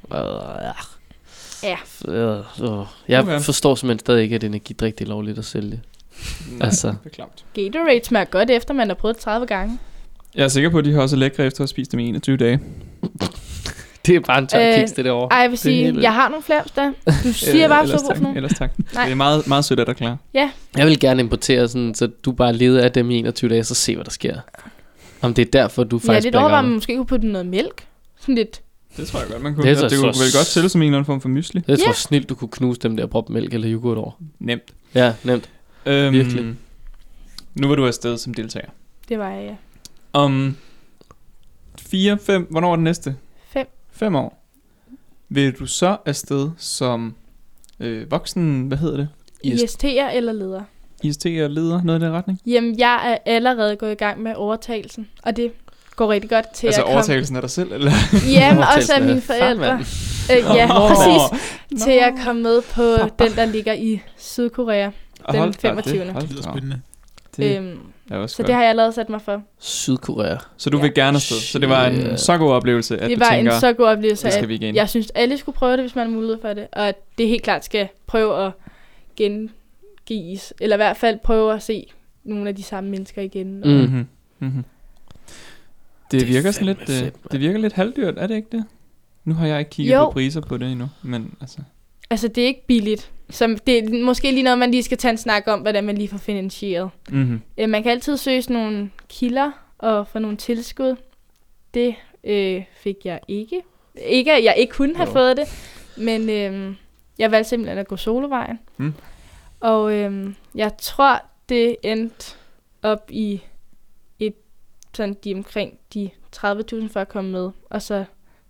Ja. Øh, øh. Jeg Okay. forstår simpelthen stadig ikke, at energidrik det er lovligt at sælge. Nej, Altså. det er klamt. Gatorade smager godt, efter man har prøvet det tredive gange. Jeg er sikker på, at de har også lækre efter at have spist dem i enogtyve dage. Det er bare en tør Øh, kiks, det derovre. Ej, jeg vil Det er helt sige, vildt. jeg har nogle flere der. Du siger Øh, bare, ellers så tak. for nogle. Ellers tak. Nej. Det er meget, meget sødt, at der er klar. Jeg vil gerne importere sådan, så du bare leder af dem i enogtyve dage, så se, hvad der sker. Om det er derfor, du Ja, faktisk det overvejer blackouter. man måske kunne putte noget mælk. Sådan lidt. Det tror jeg godt, man kunne. Det Det, er det så- kunne vel godt tælle som en eller anden form for mysli. Jeg tror Ja. snilt, du kunne knuse dem der proppe mælk eller yoghurt over. Nemt. Ja, nemt. Øhm, Virkelig. Nu var du afsted som deltager. Det var jeg, ja. Om fire, fem, hvornår er det næste? Fem. Fem år. Vil du så afsted som øh, voksen, hvad hedder det? I S T'er eller leder? I S T og leder, noget i den retning? Jamen, jeg er allerede gået i gang med overtagelsen, og det går rigtig godt til Altså at komme... overtagelsen af dig selv, eller? Jamen, også Overtagelsen af af mine forældre. farmand. Øh, ja, Nå. præcis. Til at komme med på den, der ligger i Sydkorea. Den Hold da, femogtyvende. det- hold Det da er op. spændende. Det Øhm, er også så godt. det har jeg allerede sat mig for. Sydkorea. Så du Ja. vil gerne afsted. Så det var en Shit. så god oplevelse, at Det du var tænker, en så god oplevelse, det skal at vi igen. jeg synes, alle skulle prøve det, hvis man har mulighed for det. Og at det helt klart skal prøve at gengives. Eller i hvert fald prøve at se nogle af de samme mennesker igen. Og Mm. Mm-hmm. Mm-hmm. Det, Det er virker sådan fandme lidt, øh, fedt, mand. det virker lidt halvdyrt, er det ikke det? Nu har jeg ikke kigget Jo. på priser på det endnu, men altså... Altså, det er ikke billigt. Så det er måske lige noget, man lige skal tage en snak om, hvordan man lige får finansieret. Mm-hmm. Øh, man kan altid søge sådan nogle kilder og få nogle tilskud. Det øh, fik jeg ikke. Ikke, at jeg ikke kunne have Jo. fået det, men øh, jeg valgte simpelthen at gå solovejen. Mm. Og øh, jeg tror, det endte op i et, sådan de omkring de tredive tusind for at komme med, og så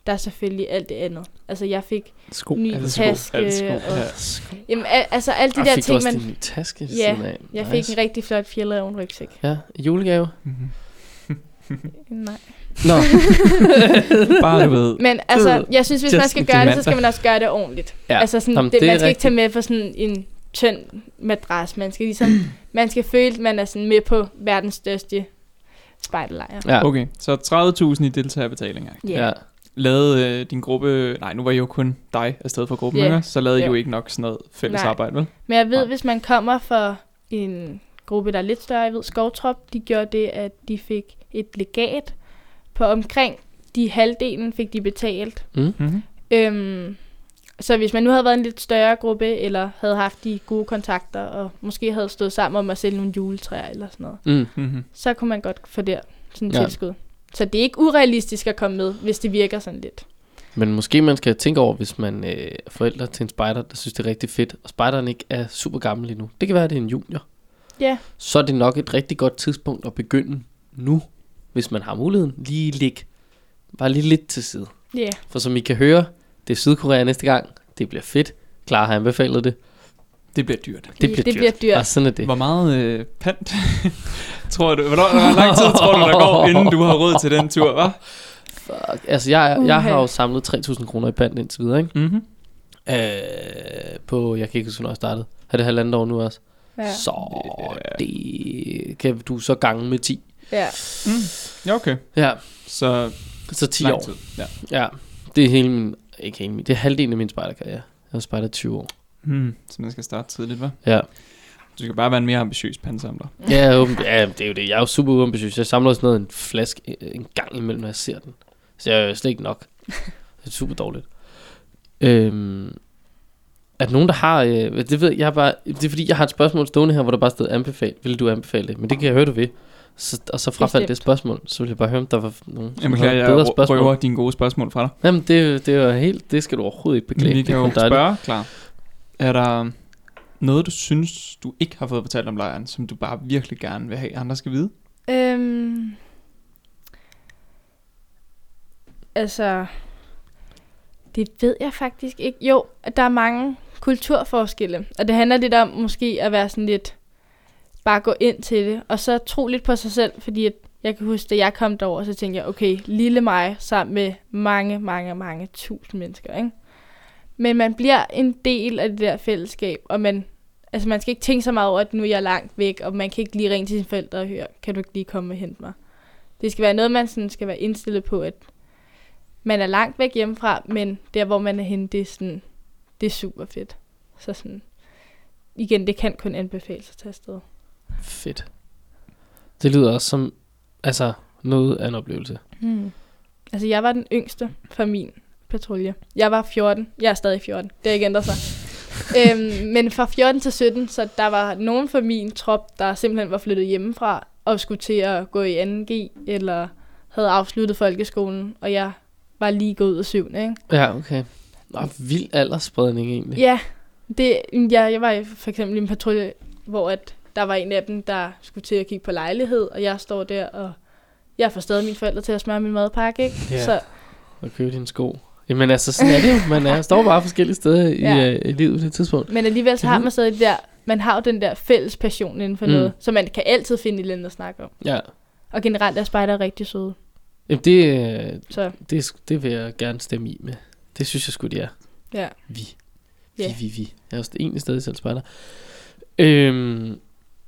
der er selvfølgelig alt det andet. Altså, jeg fik Sko. ny alle sko, taske, alle sko, og ja. jamen, al- altså alle de Og der fik du ting, også man... din taske ved Ja, siden af? Jeg fik en rigtig flot fjeldreven rygsæk. Ja, julegave. Mhm. Nej. Nå. Bare du ved. Men altså, jeg synes, hvis Just man skal en gøre det, så diamanter. skal man også gøre det ordentligt. Ja. Altså sådan, Jamen, det, det er man skal ikke rigtigt. tage med på sådan en tynd madras. Man skal ligesom, man skal føle, at man er sådan med på verdens største spejderlejr. Ja. Okay, så tredive tusind i deltagerbetalinger. Ja. Lavede øh, din gruppe... Nej, nu var I jo kun dig afsted fra gruppen, Ja. yeah. Så lavede I Jo. jo ikke nok sådan noget fælles Nej. arbejde, vel? Men jeg ved, Nej. hvis man kommer fra en gruppe, der er lidt større, jeg ved, Skovtrop, de gjorde det, at de fik et legat på omkring de halvdelen fik de betalt. Mm. Mm-hmm. Øhm, så hvis man nu havde været en lidt større gruppe, eller havde haft de gode kontakter, og måske havde stået sammen om at sælge nogle juletræer eller sådan noget, Mm. Mm-hmm. så kunne man godt få der sådan en Ja. ja. tilskud. Så det er ikke urealistisk at komme med, hvis det virker sådan lidt. Men måske man skal tænke over, hvis man øh, er forældre til en spejder, der synes, det er rigtig fedt, og spejderen ikke er super gammel endnu. Det kan være, at det er en junior. Ja, Så er det nok et rigtig godt tidspunkt at begynde nu, hvis man har muligheden. Lige ligge bare lige lidt til side. ja. For som I kan høre, det er Sydkorea næste gang. Det bliver fedt. Klar har anbefalet det. Det bliver dyrt. Det Det- bliver det dyrt. bliver dyrt. Og sådan er det. Hvor meget øh, pant tror du, hvor hvor lang tid tror du, der går, inden du har råd til den tur, hva'? Fuck. Altså, jeg, jeg har Uha. jo samlet tre tusind kroner i pant indtil videre, ikke? Mm-hmm. Øh, på, jeg kan ikke huske, hvornår jeg startede. Har det halvandet år nu også? Ja. Så Ja. det kan du så gange med ti. ja. Mm. Ja, okay. Ja, Så så ti lang år. tid. Ja. Ja, det er hele min, ikke hele min, det er halvdelen af min spejderkarriere. Jeg har spejdet tyve år. Mm. Så man skal starte tidligt, hva'? Ja, Du skal bare være en mere ambitiøs pandsamler. ja, åben, ja, det er jo det. Jeg er jo super uambitiøs. Jeg samler sådan noget en flaske en gang imellem, når jeg ser den. Så jeg er jo slet ikke nok. Det er super dårligt. Øhm, at nogen, der har... Øh, det ved jeg bare... Det er fordi, jeg har et spørgsmål stående her, hvor der bare stod anbefale. Vil du anbefale det? Men det kan jeg høre, du vil. Så, og så frafaldt det Bestemt. spørgsmål. Så vil jeg bare høre, om der var nogen, som Jeg beklager, havde jeg bedre rø- spørgsmål. røver dine gode spørgsmål fra dig. Jamen, det, det er jo helt... Det skal du overhovedet ikke beklage. Vi Det kan er jo kun dejligt. spørge, klar. Er der noget, du synes, du ikke har fået fortalt om lejren, som du bare virkelig gerne vil have, andre skal vide? Øhm, altså, det ved jeg faktisk ikke. Jo, der er mange kulturforskelle, og det handler lidt om måske at være sådan lidt, bare gå ind til det, og så tro lidt på sig selv, fordi at jeg kan huske, da jeg kom derover, så tænkte jeg, okay, lille mig sammen med mange, mange, mange tusind mennesker, ikke? Men man bliver en del af det der fællesskab, og man, altså man skal ikke tænke så meget over, at nu er jeg langt væk, og man kan ikke lige ringe til sine forældre og høre, kan du ikke lige komme og hente mig? Det skal være noget, man sådan skal være indstillet på, at man er langt væk hjemmefra, men der, hvor man er henne, det er, sådan, det er super fedt. Så sådan, igen, det kan kun anbefales at tage afsted. Fedt. Det lyder også som... Altså, noget af en oplevelse. Hmm. Altså, jeg var den yngste fra min patrulje. Jeg var fjorten. Jeg er stadig fjorten. Det har ikke ændret sig. øhm, men fra fjorten til sytten, så der var nogen fra min trop, der simpelthen var flyttet hjemmefra og skulle til at gå i anden G, eller havde afsluttet folkeskolen, og jeg var lige gået ud af syvende, ikke? Ja, okay. Nå, vild aldersspredning egentlig. Ja, det, ja, jeg var i- for eksempel i en patrulje, hvor at der var en af dem, der skulle til at kigge på lejlighed, og jeg står der, og jeg får stadig mine forældre til at smøre min madpakke, ikke? Ja. Så Og købe dine sko. Jamen altså, sådan er det jo. Man er, står bare forskellige steder i, Ja. øh, i livet på det tidspunkt. Men alligevel så har man stadig det der, man har jo den der fælles passion inden for Mm. mm. noget, så man kan altid finde et eller andet at snakke om. Ja. Og generelt er spejder rigtig søde. Jamen det, øh, Så det, er sgu- det vil jeg gerne stemme i med. Det synes jeg sgu, de er. ja. Vi. Ja. Vi, vi, vi. Jeg er også egentlig stadig selv spejder. Øhm,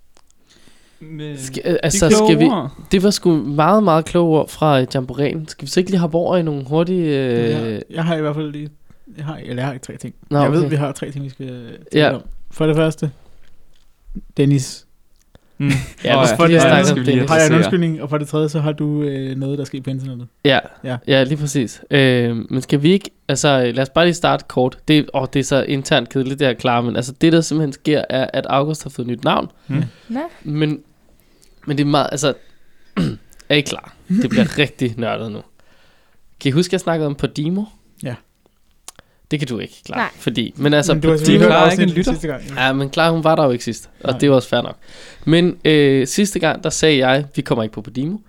Men, skal, øh, altså, skal vi... Det var sgu meget, meget kloge ord fra øh, Jamboreen. Skal vi så ikke lige hoppe over i nogle hurtige... Øh... Jeg, jeg har i hvert fald lige... Jeg har, eller jeg har ikke tre ting. Nå, jeg okay. ved, vi har tre ting, vi skal tale Ja. om. For det første, Dennis. Mm. Ja, Åh, vi skal lige ja, snakke det om skal vi lige det. Har jeg en adressere. undskyldning, og for det tredje, så har du øh, noget, der sker på internettet. Ja, Ja. ja, lige præcis. Øh, men skal vi ikke... Altså, lad os bare lige starte kort. Det, åh, det er så internt kedeligt, det her klar. Men altså, det der simpelthen sker, er, at August har fået nyt navn. Mm. Nå. Men, men det er meget... Altså, er I klar? Det bliver rigtig nørdet nu. Kan I huske, jeg snakkede om Podimo? Ja. Det kan du ikke, klar. Nej. Fordi... Men altså, Men du har Podimo- selvfølgelig hørt Clara er ikke en afsnittet lytter. sidste gang. Ja, men klar, hun var der jo ikke sidst. Og Nej. det var også fair nok. Men øh, sidste gang, der sagde jeg, vi kommer ikke på Podimo.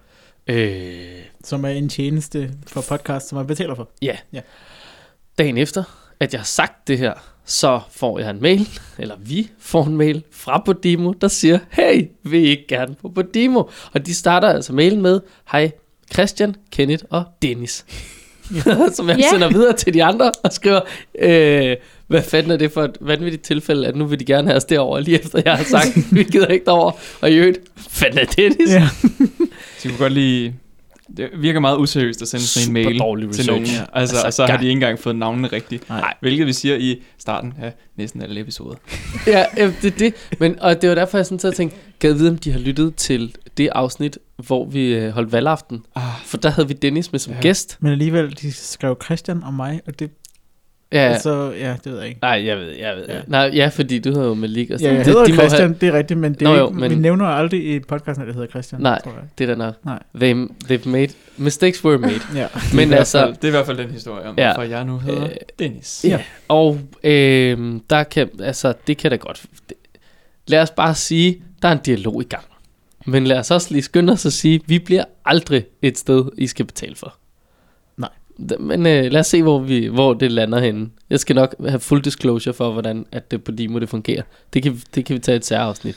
Øh, Som er en tjeneste for podcast, som man betaler for. ja. Ja. Dagen efter, at jeg har sagt det her, så får jeg en mail, eller vi får en mail fra Podimo, der siger, hey, vil I ikke gerne på Podimo? Og de starter altså mailen med, hej Christian, Kenneth og Dennis. Som jeg Ja. sender videre til de andre og skriver, øh, hvad fanden er det for et vanvittigt tilfælde, at nu vil de gerne have os derovre, lige efter jeg har sagt, vi gider ikke derovre. Og i øvrigt, fanden er Dennis? Ja. Så jeg kunne godt lige... Det virker meget useriøst at sende sådan en Super mail dårlig til nogen. research. Altså, Altså, og så har gang. de ikke engang fået navnene rigtigt. Nej. Hvilket vi siger i starten af næsten alle episoder. Ja, øh, det er det. Men, og det var derfor, jeg sådan så tænkte, gad vide, om de har lyttet til det afsnit, hvor vi øh, holdt valgaften. Ah, For der havde vi Dennis med som Ja. gæst. Men alligevel, de skrev Christian og mig, og det, Ja, ja. Altså, ja, det ved jeg ikke. nej, jeg ved, jeg ved. Ja. Ja. Nej, ja, fordi du havde jo Malik og Ja, sådan. jeg Det- hedder de må Christian, have- det er rigtigt, men, det er Nå Nå, jo, ikke, men- vi nævner aldrig i podcasten, at det hedder Christian. Nej. Tror jeg. Det er der nok. Nej. They, they've made, mistakes were made. Ja. Men det, er i hvert altså, fald, det er i hvert fald den historie om, Ja. hvorfor jeg nu hedder Øh, Dennis. ja. Og øh, der kan, altså, det kan da godt. Det, lad os bare sige, der er en dialog i gang. Men lad os også lige skynde os at sige, vi bliver aldrig et sted, I skal betale for. Nej. D- Men øh, lad os se, hvor, vi, hvor det lander henne. Jeg skal nok have full disclosure for, hvordan at det på Podimo det fungerer. Det kan, det kan vi tage et særafsnit.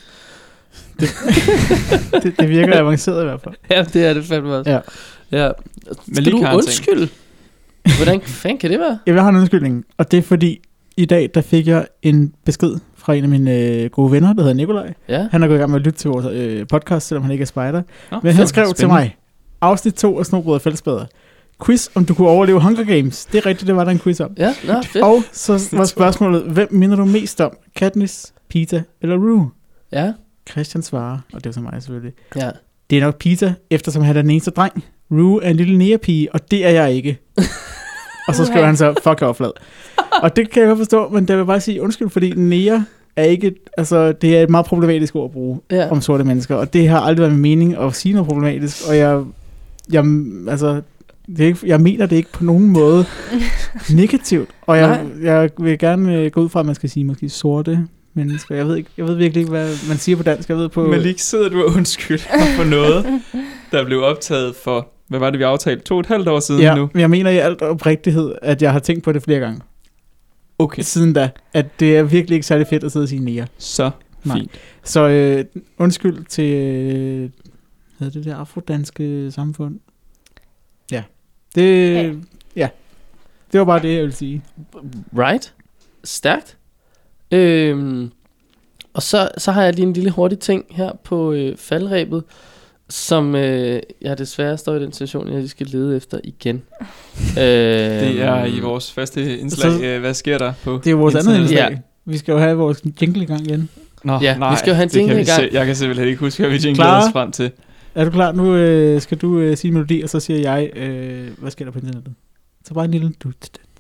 det, det virker avanceret i hvert fald. Ja, det er det fandme også. Ja. Ja. Men Skal lige du har en ting. undskylde? Hvordan fanden kan det være? Jeg har en undskyldning, og det er fordi, i dag, der fik jeg en besked fra en af mine øh, gode venner, der hedder Nikolaj. Ja. Han er gået i gang med at lytte til vores øh, podcast, selvom han ikke er spejder. Nå, Men han fedt. skrev til Spændende. mig, afsnit to af Snobrød og Fællesbader. Quiz, om du kunne overleve Hunger Games. Det er rigtigt, det var der en quiz om. Ja, nå, fedt. Og så var spørgsmålet, hvem minder du mest om? Katniss, Peeta eller Rue? Ja, Christian svarer, og det er så mig selvfølgelig. ja. Det er nok Peeta, eftersom han er den eneste dreng. Rue er en lille nærepige, og det er jeg ikke. Og så skriver han så, fuck off, flad. Og det kan jeg godt forstå, men der vil bare sige undskyld, fordi nære er ikke, altså det er et meget problematisk ord at bruge Ja. om sorte mennesker, og det har aldrig været min mening at sige noget problematisk, og jeg, jeg altså, det er ikke, jeg mener det ikke på nogen måde negativt, og jeg, jeg vil gerne øh, gå ud fra, at man skal sige måske sorte mennesker. Jeg ved, ikke, jeg ved virkelig ikke, hvad man siger på dansk. Jeg ved på... Malik, sidder du og undskylder for noget, der blev optaget for, hvad var det, vi aftalte? To og et halvt år siden Ja, nu? men jeg mener i alt oprigtighed, at jeg har tænkt på det flere gange. Okay, Siden da, at det er virkelig ikke særlig fedt at sidde og sige nære. så Nej. fint. Så øh, undskyld til øh, hvad er det der afrodanske samfund. Ja. Det, Ja. ja. ja. Det var bare det, jeg ville sige. Right. Stærkt. Øhm, og så, så har jeg lige en lille hurtig ting her på øh, faldrebet, som øh, jeg desværre står i den situation, jeg lige skal lede efter igen. øh, Det er i vores faste indslag. Så- øh, Hvad sker der på Det er jo vores andet internettet? indslag. Ja. Vi skal jo have vores jingle i gang igen. Nå, Ja, nej, vi skal jo have en det kan jingle vi i gang. se- Jeg kan simpelthen ikke huske, hvad vi jinglede Klar? os frem til. Er du klar? Nu øh, skal du øh, sige en melodi, og så siger jeg, øh, hvad sker der på internettet? Så bare en lille... Du,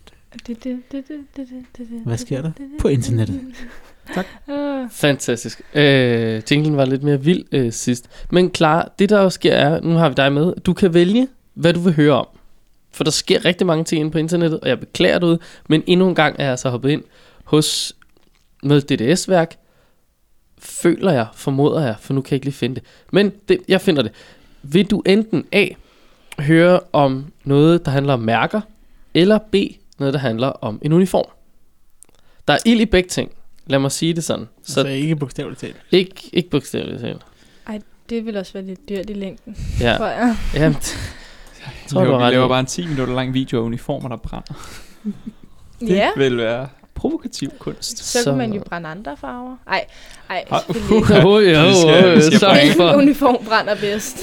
Hvad sker der på internettet? Tak. Uh, Fantastisk. Øh, jinglen var lidt mere vild øh, sidst. Men klar, det der jo sker er, nu har vi dig med, du kan vælge, hvad du vil høre om. For der sker rigtig mange ting inde på internettet, og jeg beklager det ud, men endnu en gang er jeg så hoppet ind hos noget D D S-værk. Føler jeg, formoder jeg, for nu kan jeg ikke lige finde det. Men det, jeg finder det. Vil du enten A, høre om noget, der handler om mærker, eller B, noget, der handler om en uniform? Der er ild i begge ting. Lad mig sige det sådan. Så Så altså, ikke bogstaveligt talt. ikke, ikke bogstaveligt talt. det vil også være lidt dyrt i længden, Ja. tror jeg. Jamen, Jeg tror, du laver, har vi ret laver i. bare en ti minutter lang video af uniformer, der brænder. Ja, Det vil være provokativ kunst. så, så kan man jo brænde andre farver. Ej, ej, Ah, selvfølgelig uh, ikke. Oh, jo, Vi skal- oh, vi skal sorry bringe- for. Hvilken uniform brænder bedst?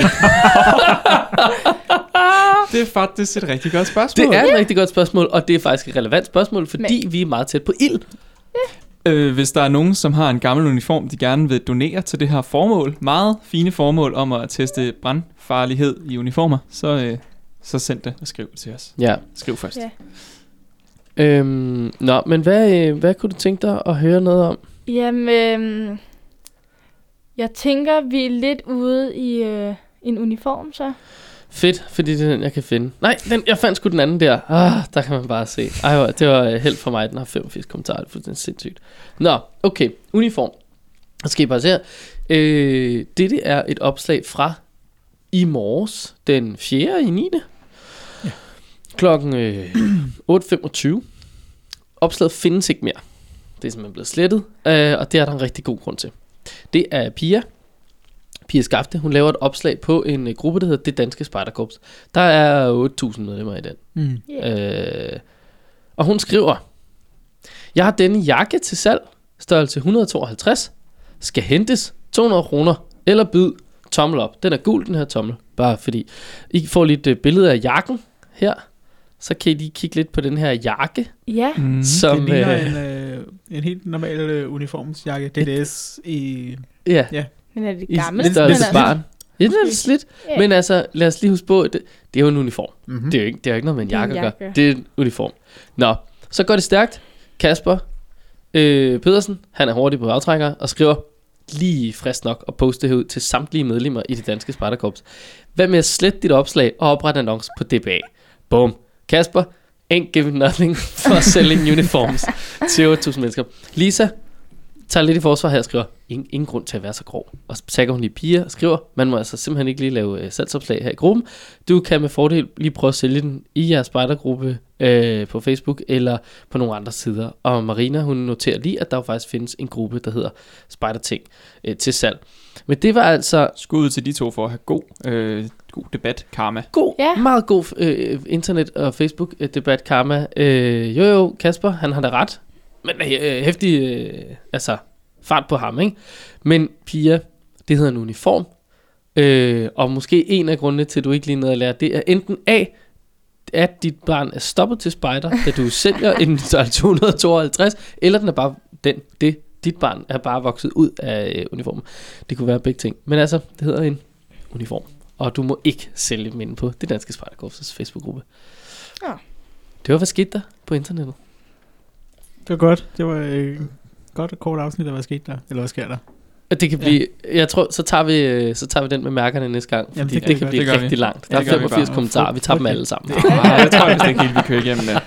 Det er faktisk et rigtig godt spørgsmål. Det er et rigtig godt spørgsmål, og det er faktisk et relevant spørgsmål, fordi Men. vi er meget tæt på ild. Øh, hvis der er nogen, som har en gammel uniform, de gerne vil donere til det her formål, meget fine formål om at teste brandfarlighed i uniformer, så, øh, så send det og skriv det til os. Ja. Skriv først. Ja. Øhm, nå, men hvad, øh, hvad kunne du tænke dig at høre noget om? Jamen, øhm, jeg tænker, vi er lidt ude i øh, en uniform, så. Fedt, fordi det er den, jeg kan finde. Nej, den, jeg fandt sgu den anden der. Ah, der kan man bare se. Ej, hvor- det var øh, held for mig, den har femogfirs kommentarer. Det er fuldstændig sindssygt. Nå, okay. Uniform. Så skal I bare se her. Øh, dette er et opslag fra i morges, den fjerde i niende Ja. Klokken øh, otte femogtyve. Opslaget findes ikke mere. Det er simpelthen blevet slettet, øh, og det er der en rigtig god grund til. Det er Pia. Pia Skafte. Hun laver et opslag på en øh, gruppe, der hedder Det Danske Spejderkorps. Der er otte tusind medlemmer i den. Mm. Yeah. Øh, og hun skriver: Jeg har denne jakke til salg, størrelse et hundrede tooghalvtreds, skal hentes to hundrede kroner, eller byd tommel op. Den er gul, den her tommel, bare fordi I får lidt uh, billede af jakken her. Så kan I lige kigge lidt på den her jakke, Ja. Mm. som Det ligner øh, en, øh, en helt normal øh, uniformsjakke. D D S i... ja, Ja. Men er det i gammelt? lidt størrelse slidt. barn. Ja, det er lidt slidt. Ja. Men altså, lad os lige huske på, det, det er jo en uniform. Mm-hmm. Det er jo ikke, det er jo ikke noget med en Det er en jakke at gøre. jakke. Det er en uniform. Nå, så går det stærkt. Kasper øh, Pedersen, han er hurtig på aftrækker og skriver lige frisk nok og poste det ud til samtlige medlemmer i Det Danske Spejderkorps. Hvad med at slette dit opslag og oprette annonce på D B A? Boom. Kasper, ain't giving nothing for selling uniforms til otte tusind mennesker. Lisa tager lidt i forsvar her og skriver, ingen, ingen grund til at være så grov. Og så tagger hun lige Pia og skriver, man må altså simpelthen ikke lige lave øh, salgsopslag her i gruppen. Du kan med fordel lige prøve at sælge den i jeres spejdergruppe øh, på Facebook eller på nogle andre sider. Og Marina, hun noterer lige, at der jo faktisk findes en gruppe, der hedder Spejderting øh, til salg. Men det var altså Skud til de to for at have god, øh, god debat, karma. god, Ja. meget god øh, internet- og Facebook-debat, karma. Øh, jo jo, Kasper, han har da ret. Men øh, hæftig, øh, altså, fart på ham, ikke? Men Pia, det hedder en uniform. Øh, og måske en af grundene til, at du ikke lige noget at lære, det er enten A, at dit barn er stoppet til spejder, da du sælger en størrelse to hundrede tooghalvtreds, eller den er bare, den, det, dit barn er bare vokset ud af øh, uniformen. Det kunne være begge ting. Men altså, det hedder en uniform. Og du må ikke sælge dem inde på Det Danske Spejderkorps' Facebook-gruppe. Ja. Det var, hvad skete der på internettet? Det var godt. Det var øh, godt og kort afsnit af, hvad skete der? Eller hvad sker der? Og det kan blive, ja. Jeg tror, så tager vi øh, så tager vi den med mærkerne næste gang, fordi Jamen, det, det det kan kan vi blive godt. Det gør rigtig vi. langt. Ja, Der det er gør vi femogfirs bare. kommentarer, vi tager dem Okay. alle sammen. Nej, jeg tror vist ikke helt, vi kører igennem det.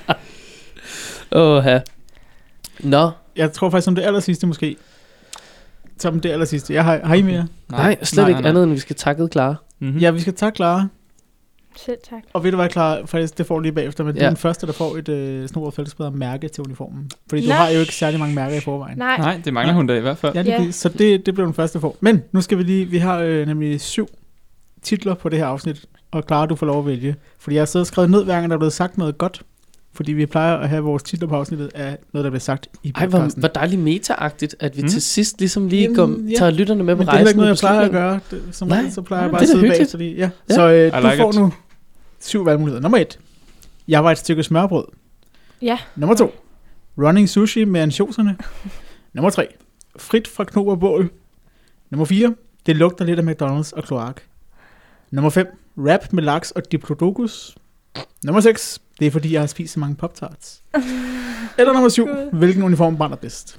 Åh, ja. Nå, Jeg tror faktisk som det aller sidste måske. Som det aller sidste. Jeg har, har I mere? nej, slet nej, ikke nej. andet, end vi skal takke Clara. Mm-hmm. Ja, vi skal takke Clara. Selv tak. Og ved du hvad, Clara? Faktisk, det får du lige bagefter, men ja. det Ja. er den første, der får et øh, snoret fællesbedre mærke til uniformen. Fordi du Nej. har jo ikke særlig mange mærker i forvejen. Nej. Nej, det mangler hun da i hvert fald. Ja, det Ja. yeah. Så det, det blev den første, der får. Men nu skal vi lige, vi har øh, nemlig syv titler på det her afsnit, og Clara, du får lov at vælge. Fordi jeg har siddet og skrevet ned, hver gang der er blevet sagt noget godt. Fordi vi plejer at have vores titler på afsnittet af noget, der bliver sagt i Ej, hvor, podcasten. hvor dejligt meta-agtigt, at vi Mm. til sidst ligesom lige Jamen, går, ja. tager lytterne med på Men det er heller rejsen. ikke noget, jeg og plejer at beslutningen. gøre. Det, som Nej. regel, så plejer jeg Ja, bare det at er da sidde bag. hyggeligt. Så, lige, ja. Ja. så øh, I du like får it. nu syv valgmuligheder. Nummer et. Jeg var et stykke smørbrød. Ja. Nummer to. Running sushi med ansjoserne. Nummer tre. Frit fra knob og bål. Nummer fire. Det lugter lidt af McDonald's og kloak. Nummer fem. Rap med laks og diplodocus. Nummer seks. Det er fordi, jeg har spist så mange Pop-Tarts. Eller nummer syv. God. Hvilken uniform brænder bedst?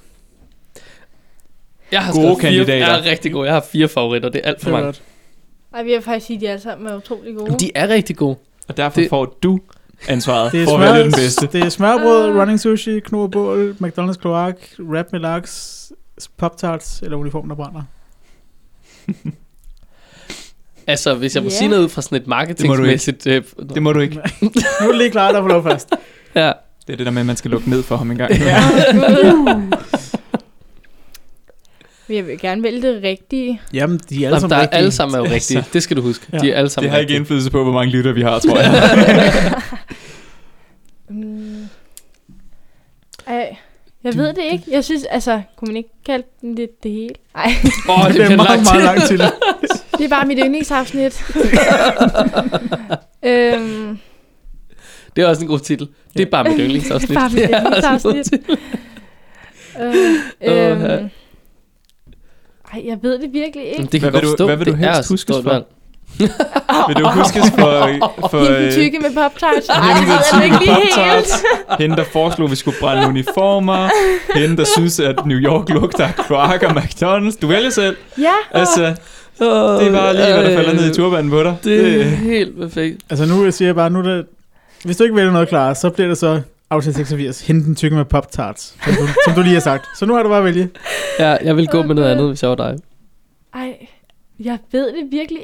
Jeg har Gode skrevet fire, kandidater. jeg er rigtig gode. Jeg har fire favoritter, det er alt for Det var mange. godt. Ej, vi har faktisk sige, at de alle sammen er utrolig gode. Men de er rigtig gode. Og derfor Det- får du ansvaret Det er, for at vælge den bedste. smør, det er smørbrød, Ah. running sushi, knob og bål, McDonald's kloak, rap med laks, Pop-Tarts eller uniform, der brænder. Altså, hvis jeg må Ja. sige noget ud fra sådan et marketingsmæssigt... Øh, Det må du ikke. Nu er det lige klar, der får lov først. ja. Det er det der med, at man skal lukke ned for ham en gang. Ja. Men jeg vil gerne vælge det rigtige. Jamen, de er alle Jamen, sammen der er rigtige. alle sammen er jo rigtige. Det skal du huske. Ja. De er alle sammen Det har ikke rigtige. indflydelse på, hvor mange lytter vi har, tror jeg. Mm. Ej, jeg ved det ikke. Jeg synes, altså, kunne man ikke kalde den det, det hele? Nej, Åh, Det det er bliver meget, langt meget til. langt til det. det er bare mit yndlingsafsnit. øhm, Det er også en god titel. Det er bare mit yndlingsafsnit. Det er bare mit Det er også en god yndlingsafsnit. titel. øh, Åh, ja. øhm, ej, jeg ved det virkelig ikke. Det kan Hvad jeg godt vil du- forstå. hvad vil du Det helst er også et huskes stort for? valg. Vil du huskes for, for Hende den øh, tykke med Pop-Tarts. Ej, hende, det der ved jeg ikke tykke lige helt. Pop-Tarts, hende, der foreslog, at vi skulle brænde uniformer, hende, der synes, at New York lugter af kloak og McDonald's. Du vælger selv. Ja, Altså, det er bare lige, hvad der falder ned i turbanen på dig. Det er helt perfekt. Altså, nu siger jeg bare, nu er det, hvis du ikke vælger noget klar, så bliver det så afsnit seksogfirs. Hente den tykke med Pop-Tarts, som du, som du lige har sagt. Så nu har du bare at vælge. Ja, jeg vil gå med noget andet, hvis jeg var dig. ej, jeg ved det virkelig ikke.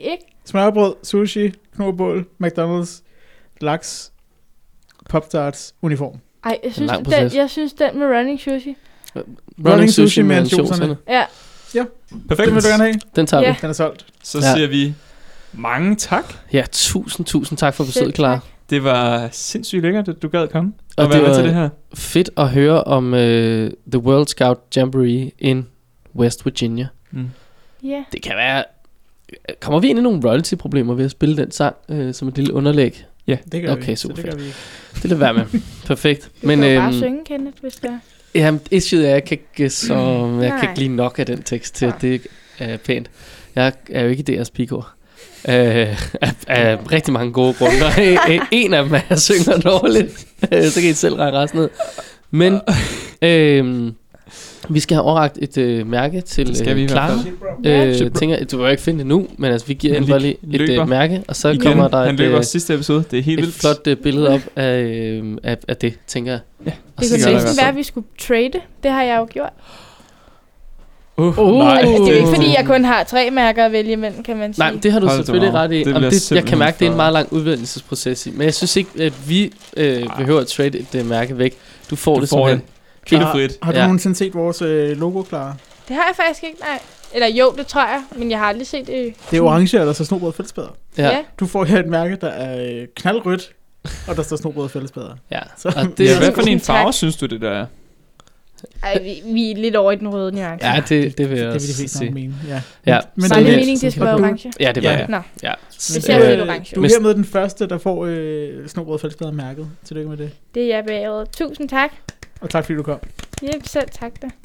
Smørbrød, sushi, knurrbål, McDonald's, laks, Pop-Tarts, uniform. Ej, jeg synes, lang den, proces. jeg synes den med running sushi. Running sushi med ansjoserne. Ja, Perfekt. Den vil du gerne have. Den tager Ja. vi. Den er solgt. Så Ja. siger vi mange tak. Ja, tusind, tusind tak for besøget, selv Clara. tak. Det var sindssygt lækkert, at du gad komme Og og det være med var- til det her. Fedt at høre om uh, The World Scout Jamboree in West Virginia. Mm. Ja. Det kan være... Kommer vi ind i nogle royalty-problemer ved at spille den sang uh, som et lille underlæg? Det gør Okay, vi. super Så det gør fedt. vi ikke. Det lader være med. Perfekt. Du Men, kan jo bare øhm, synge, Kenneth, hvis det er. Jamen, issue er, at jeg kan ikke, så, jeg kan Nej. ikke lide nok af den tekst til, at Nej. det er pænt. Jeg er jo ikke deres pigor. Øh, af, af rigtig mange gode grunde. Øh, en af dem er, at jeg synger dårligt. Øh, så kan I selv regne resten ned. Men øh, vi skal have overrakt et øh, mærke til Det skal vi øh, i hvert Clara. fald. Øh, Shit, bro. tænker, du vil jo ikke finde det nu, men altså, vi giver Han hende bare lige et løber. øh, mærke, og så Igen, kommer der han et, løber øh, også sidste episode. Det er helt et vildt. flot øh, billede op af, øh, af, af det, tænker jeg. Ja. Og Det så kunne gør der i næsten hvert være, fald. at vi skulle trade. Det har jeg jo gjort. Uh, Uh. nej, Altså, det er jo ikke, Uh. fordi jeg kun har tre mærker at vælge imellem, kan man sige. Nej, det har du Hold da selvfølgelig meget. ret i. Det Jamen, bliver det, jeg simpelthen kan mærke, det er en for- meget lang udvælgelsesproces i. Men jeg synes ikke, at vi øh, behøver at trade et uh, mærke væk. Du får Du det får simpelthen. Helt Har, frit. har du Ja. nogensinde set vores øh, logo, Clara? Det har jeg faktisk ikke, nej. Eller jo, det tror jeg, men jeg har aldrig set det. Det er orange, og der står snobrød og fællesbader. Ja. Ja. Du får her et mærke, der er øh, knaldrødt, og der står snobrød og fællesbader. Ja. Så- Og Det det, er, hvad for en Tusind farve tak. synes du, det der er? Ej, vi, vi er lidt over i den røde nuance. ja, det, det vil jeg Det vil også de fleste sige. nok mene, ja. Ja. Men Var det, det er- meningen, det skulle være og du- orange? Ja, det var Ja. det. Nå, Ja. Hvis jeg øh, vil orange. Du Men- er hermed den første, der får øh, snobrød og fællesbader mærket. Tillykke med det. det er jeg bagud. Tusind tak. Og tak fordi du kom. Ja, selv tak da.